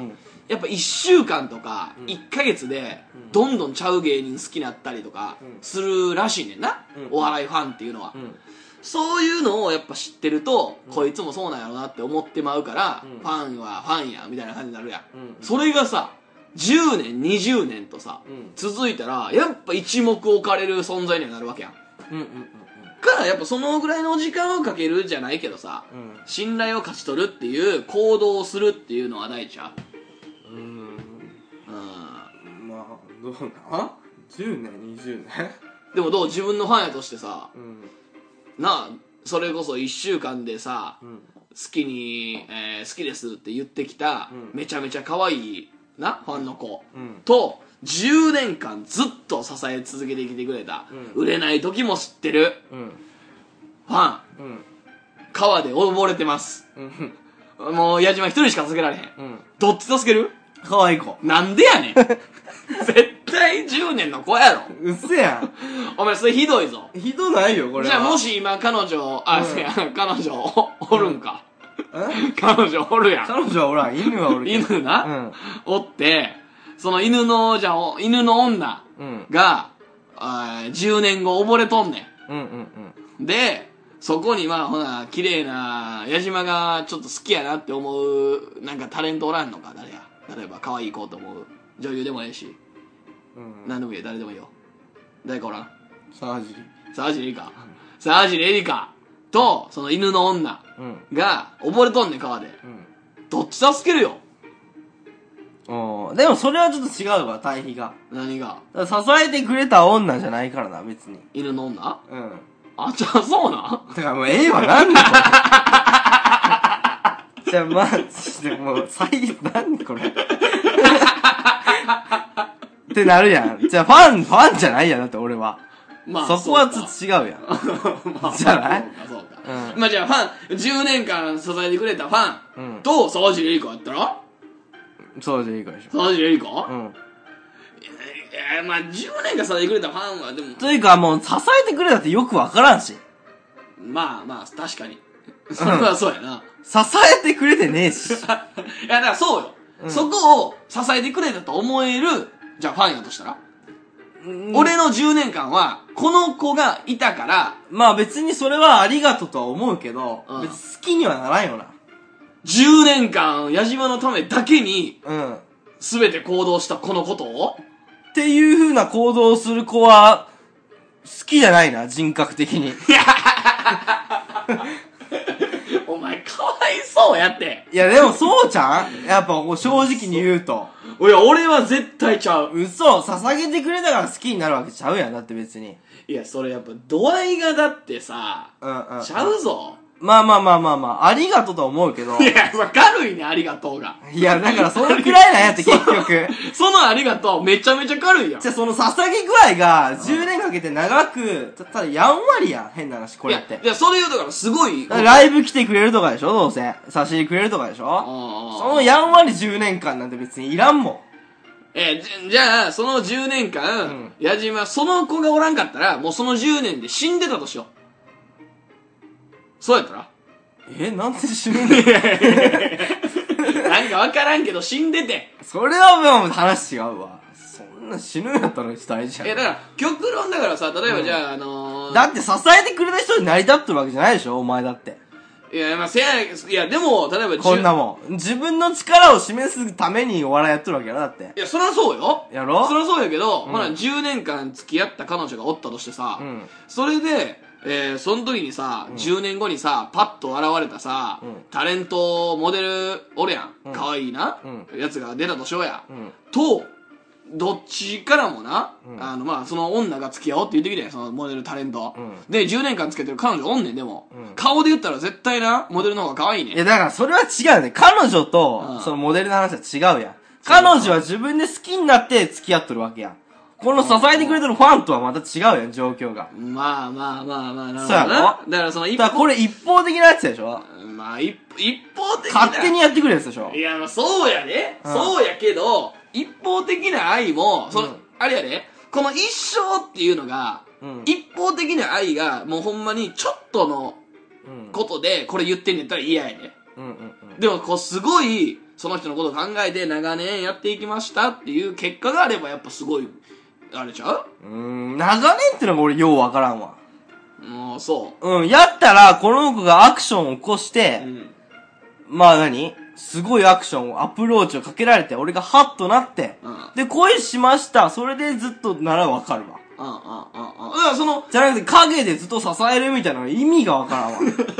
やっぱいっしゅうかんとかいっかげつでどんどんちゃう芸人好きになったりとかするらしいねんな、お笑いファンっていうのは、そういうのをやっぱ知ってると、こいつもそうなんやろなって思ってまうから、ファンはファンやみたいな感じになるやん、それがさじゅうねんにじゅうねんとさ、続いたらやっぱ一目置かれる存在にはなるわけやん、からやっぱそのぐらいの時間をかけるじゃないけどさ、信頼を勝ち取るっていう行動をするっていうのは大事ちゃう。 うーんまあどうなじゅうねんにじゅうねんでもどう自分のファンやとしてさ、 うん、 なあそれこそいっしゅうかんでさ、 うん、 好きに、えー、好きですって言ってきた、 うん、 めちゃめちゃ可愛いなファンの子、うん、 うん、 とじゅうねんかんずっと支え続けてきてくれた、うん、売れない時も知ってる、うん、ファン、うん、川で溺れてます、うん、もう矢島一人しか助けられへん、うん、どっち助ける？ 可愛い子。 なんでやねん絶対じゅうねんの子やろ。 うっせやん。 お前それひどいぞ。 ひどないよこれは。 じゃあもし今彼女あ、うん、や彼女 お, おるんか、うん、彼女おるやん。 彼女はおらん。犬はおるけど。 犬な、うん、おってその犬のじゃあ犬の女が、うん、じゅうねんご溺れとんねん、うんうんうん、でそこにまあほな綺麗な矢島がちょっと好きやなって思うなんかタレントおらんのか。誰や例えば可愛い子と思う女優でもええし、うん、何でもいいよ誰でもいいよ。誰かおらん？ 沢尻沢尻エリカ、うん、沢尻エリカとその犬の女が溺れとんねん川で、うん、どっち助けるよ。 おでもそれはちょっと違うわ対比が。 何が？ 支えてくれた女じゃないからな別に。 犬の女？ うん。 あ、じゃあそうな？ だからもうええわなんだこれじゃあまあもう最悪なんこれってなるやん。じゃあファンファンじゃないやんだって俺は。まあそこはちょっと違うやん。まあ、じゃない？ そうかそうか、うん、まあじゃあファンじゅうねんかん支えてくれたファン、うん、と沢尻エリカやったら沢尻エリカでしょ。 沢尻エリカ？うん。いやまあじゅうねんかん支えてくれたファンはでもというかもう支えてくれたってよくわからんし。 まあまあ確かにそれはそうやな、うん、 支えてくれてねえしいやだからそうよ、うん、そこを支えてくれたと思えるじゃあファンやとしたら、うん、俺のじゅうねんかんはこの子がいたからまあ別にそれはありがとうとは思うけど、うん、別に好きにはならんよな。 じゅうねんかん矢島のためだけに全て行動したこのことをっていう風な行動をする子は好きじゃないな人格的にお前かわいそうやって。 いやでもそうちゃんやっぱ正直に言うといや俺は絶対ちゃう。 嘘捧げてくれたから好きになるわけちゃうやんだって別に。 いやそれやっぱ度合いがだってさ、うんうん、ちゃうぞ。 まあまあまあまあまあありがとうとは思うけど。 いや軽いねありがとうが。 いやだからそのくらいなんやって結局そのありがとうめちゃめちゃ軽いやん。 じゃあその捧げ具合がじゅうねんかけて長くただやんわりやん変な話これって。 いやいやそれ言うとからすごいライブ来てくれるとかでしょどうせ差し入れくれるとかでしょ。そのやんわりじゅうねんかんなんて別にいらんもん。 えー、じ, じゃあそのじゅうねんかん、うん、矢島その子がおらんかったらもうそのじゅうねんで死んでたとしよう。そうやったらえなんで死ぬんだよなんかわからんけど死んでてそれはもう話違うわ。そんな死ぬんやったら大事やん。 いやだから極論だからさ例えばじゃあ、うん、あのー、 だって支えてくれた人に成り立ってるわけじゃないでしょお前だって。 いやまあせやいやでも例えばこんなもん自分の力を示すためにお笑いやってるわけやろだって。 いやそりゃそうよやろそりゃそうやけど、うん、ほらじゅうねんかん付き合った彼女がおったとしてさ、うん、それでえー、その時にさ、うん、じゅうねんごにさパッと現れたさ、うん、タレントモデルおるやん、うん、かわいいな、うん、やつが出たとしようや、うん、とどっちからもな、うん、あのまあその女が付き合おうって言ってきてそのモデルタレント、うん、でじゅうねんかんつけてる彼女おんねん。でも、うん、顔で言ったら絶対なモデルの方が可愛いねん。 いやだからそれは違うね。彼女と、うん、そのモデルの話は違うやん。彼女は自分で好きになって付き合っとるわけやん。この支えてくれてるファンとはまた違うやん状況が。 まあまあまあまあなるほどな。 そうやろ。 だからその一方だからこれ一方的なやつでしょ。 まあ一一方的な勝手にやってくるやつでしょ。 いやまあそうやね、うん、そうやけど一方的な愛もその、うん、あれやでこの一生っていうのが、うん、一方的な愛がもうほんまにちょっとのことでこれ言ってんねやったら嫌やで、うんうんうん、でもこうすごいその人のことを考えて長年やっていきましたっていう結果があればやっぱすごいあれちゃう？ うーん、長年ってのが俺ようわからんわ。 もうそう。うん、やったら、この子がアクションを起こして、 う。うん。 まあ何すごいアクションを、アプローチをかけられて、俺がハッとなって、 うん。 で、恋しました。それでずっとならわかるわ。 うんうんうんうん。だからその、 じゃなくて、影でずっと支えるみたいな意味がわからんわ。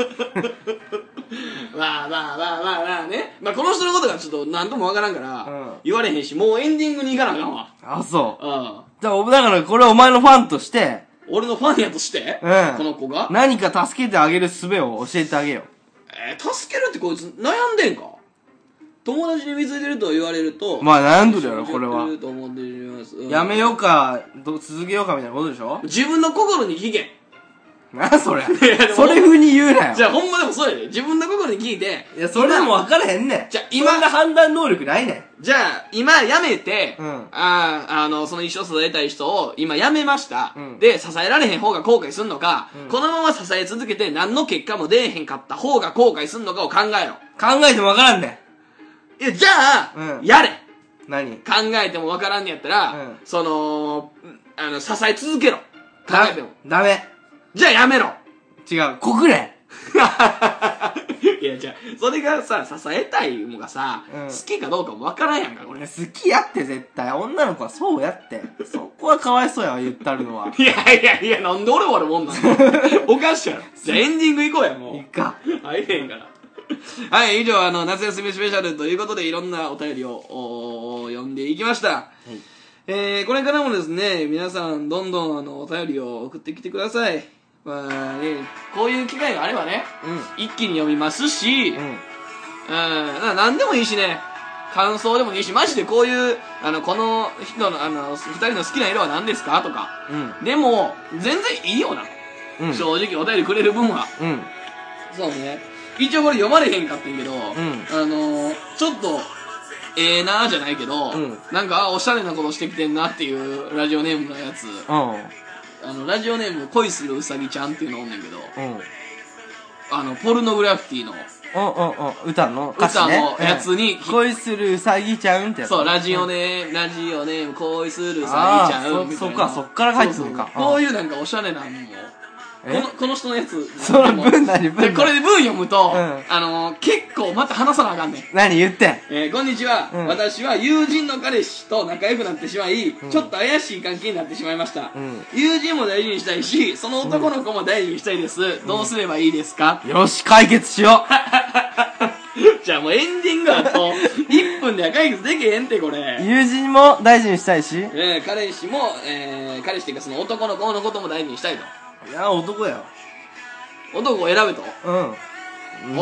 まあまあまあまあまあね。まあこの人のことがちょっと何ともわからんから、 うん、 言われへんし、もうエンディングに行かなあかんわ。 あ、そう。 うん。 だから、だからこれお前のファンとして、 俺のファンやとして、 うん、 この子が何か助けてあげる術を教えてあげよう。 えー、助けるってこいつ悩んでんか？友達に見ついてると言われると、 まあ悩んどるやろ、これは。 と思ってます、うん、 やめようか、ど続けようかみたいなことでしょ？ 自分の心に聞け。 なそれ。それ風に言うなよ。 じゃあほんまでもそうやで。自分の心に聞いて。 いや、それでも分からへんねん。 じゃあ今。 そんな判断能力ないねん。 じゃあ、今やめて、 うん、 ああ、あの、その一生育てたい人を今やめました。 うん、 で、支えられへん方が後悔すんのか、 うん、 このまま支え続けて何の結果も出えへんかった方が後悔すんのかを考えろ。 考えても分からんねん。いや、じゃあ、 うん、 やれ。 何？ 考えても分からんねやったら、 うん、 その、あの、支え続けろ。考えても。 ダメ。 じゃあやめろ。 違う、告れ。 いや、じゃあ、それがさ、支えたいのがさ、うん、好きかどうかも分からんやんか、これ。 好きやって絶対。女の子はそうやって。そこはかわいそうやわ、言ったるのは。 いやいやいや、なんで俺悪もんなんおかしいやろ。じゃあエンディング行こうや、もう。 いいか。 入れへんから。はい、以上、あの、夏休みスペシャルということで、いろんなお便りを、読んでいきました。はい、えー、これからもですね、皆さん、どんどん、あの、お便りを送ってきてください。まあね、こういう機会があればね、うん、一気に読みますし、うん、うん、なんでもいいしね、感想でもいいし、マジでこういう、あの、この人の、あの、二人の好きな色は何ですかとか、うん、でも、全然いいよな。うん、正直お便りくれる分は。うん、そうね。一応これ読まれへんかったんやけど、うん、あの、ちょっと、ええー、なーじゃないけど、うん、なんか、おしゃれなことしてきてんなっていうラジオネームのやつ。うんあの、ラジオネーム、恋するうさぎちゃんっていうのおんねんけど、うん、あの、ポルノグラフィティの、 うんうんうん、歌の歌詞、ね、 歌のやつに、うん、 恋するうさぎちゃんってやつ。 そう、ラジオネーム、ラジオネーム、恋するうさぎちゃんみたいな。 そ、そっか、そっから入ってるのか。 こういうなんかおしゃれなのも、この、この人のやつ。 その文何文これで文読むと、うん、あのー、結構また話さなあかんねん。 何言ってん。 えー、こんにちは、うん。私は友人の彼氏と仲良くなってしまい、うん、ちょっと怪しい関係になってしまいました。うん、友人も大事にしたいし、その男の子も大事にしたいです。うん、どうすればいいですか？ よし、解決しよう。じゃあもうエンディングだと、いっぷんでは解決できへんってこれ。 友人も大事にしたいし、 えー、彼氏も、えー、彼氏っていうかその男の子のことも大事にしたいと。 いや、男や。 男を選べと。うん。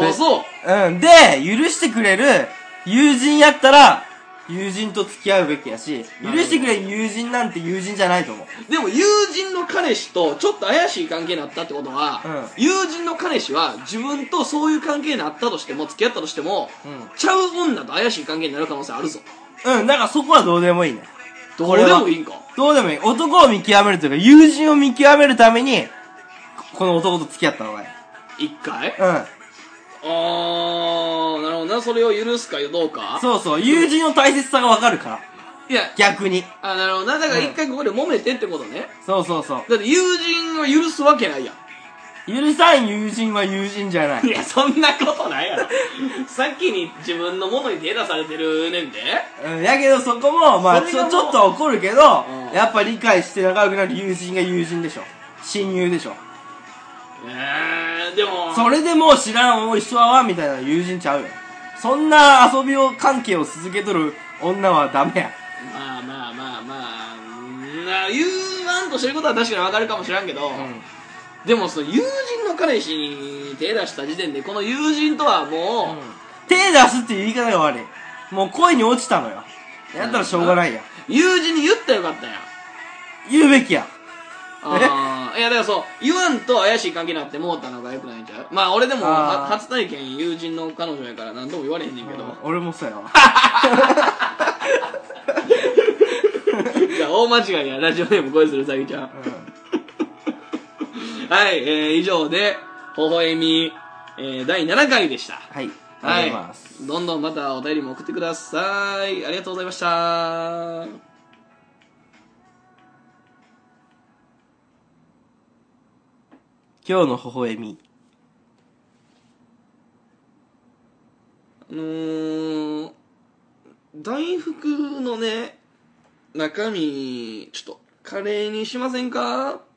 あ、そう。 うん。で、許してくれる友人やったら、友人と付き合うべきやし、許してくれる友人なんて友人じゃないと思う。 でも友人の彼氏とちょっと怪しい関係になったってことは、うん、友人の彼氏は自分とそういう関係になったとしても、付き合ったとしても、うん、ちゃう女と怪しい関係になる可能性あるぞ。 うん、だからそこはどうでもいいね。 どうでもいいんか。 どうでもいい。男を見極めるというか、友人を見極めるために、この男と付き合ったのがいい。 一回うん。 あー、なるほどな。それを許すかどうか。 そうそう。友人の大切さがわかるから。 いや、 逆に。 あ、なるほどな。だから一回ここで揉めてってことね。 うん、そうそうそう。 だって友人を許すわけないやん。 許さん友人は友人じゃない。 いや、そんなことないやろ。さっきに自分のものに手出されてるねんで。 うん、やけどそこも、まあちょ、ちょっと怒るけど、うん、やっぱ理解して仲良くなる友人が友人でしょ。親友でしょ。 えー、でもそれでもう知らん、おい一緒はわみたいな友人ちゃうよ。そんな遊びを関係を続けとる女はダメや。 まあまあまあまあ、な言わんとしてることは確かにわかるかもしらんけど、うん、でもその友人の彼氏に手出した時点でこの友人とはもう、うん、 手出すっていう言い方が悪い。もう恋に落ちたのよ。やったらしょうがないや。 友人に言ったらよかったやん。 言うべきや。 ああ、いやだからそう、言わんと怪しい関係になってもうたのがよくないんちゃう？まあ俺でも初体験友人の彼女やから何とも言われへんねんけど。 俺もそうやわ。 いや、大間違いや。ラジオネーム恋するうさぎちゃん。うん、はい、えー、以上で、微笑み、えー、だいななかいでした。 はい。 ありがとうございます、 はい、どんどんまたお便りも送ってください。ありがとうございました。 今日の微笑み。 あのー、大福のね中身ちょっとカレーにしませんか？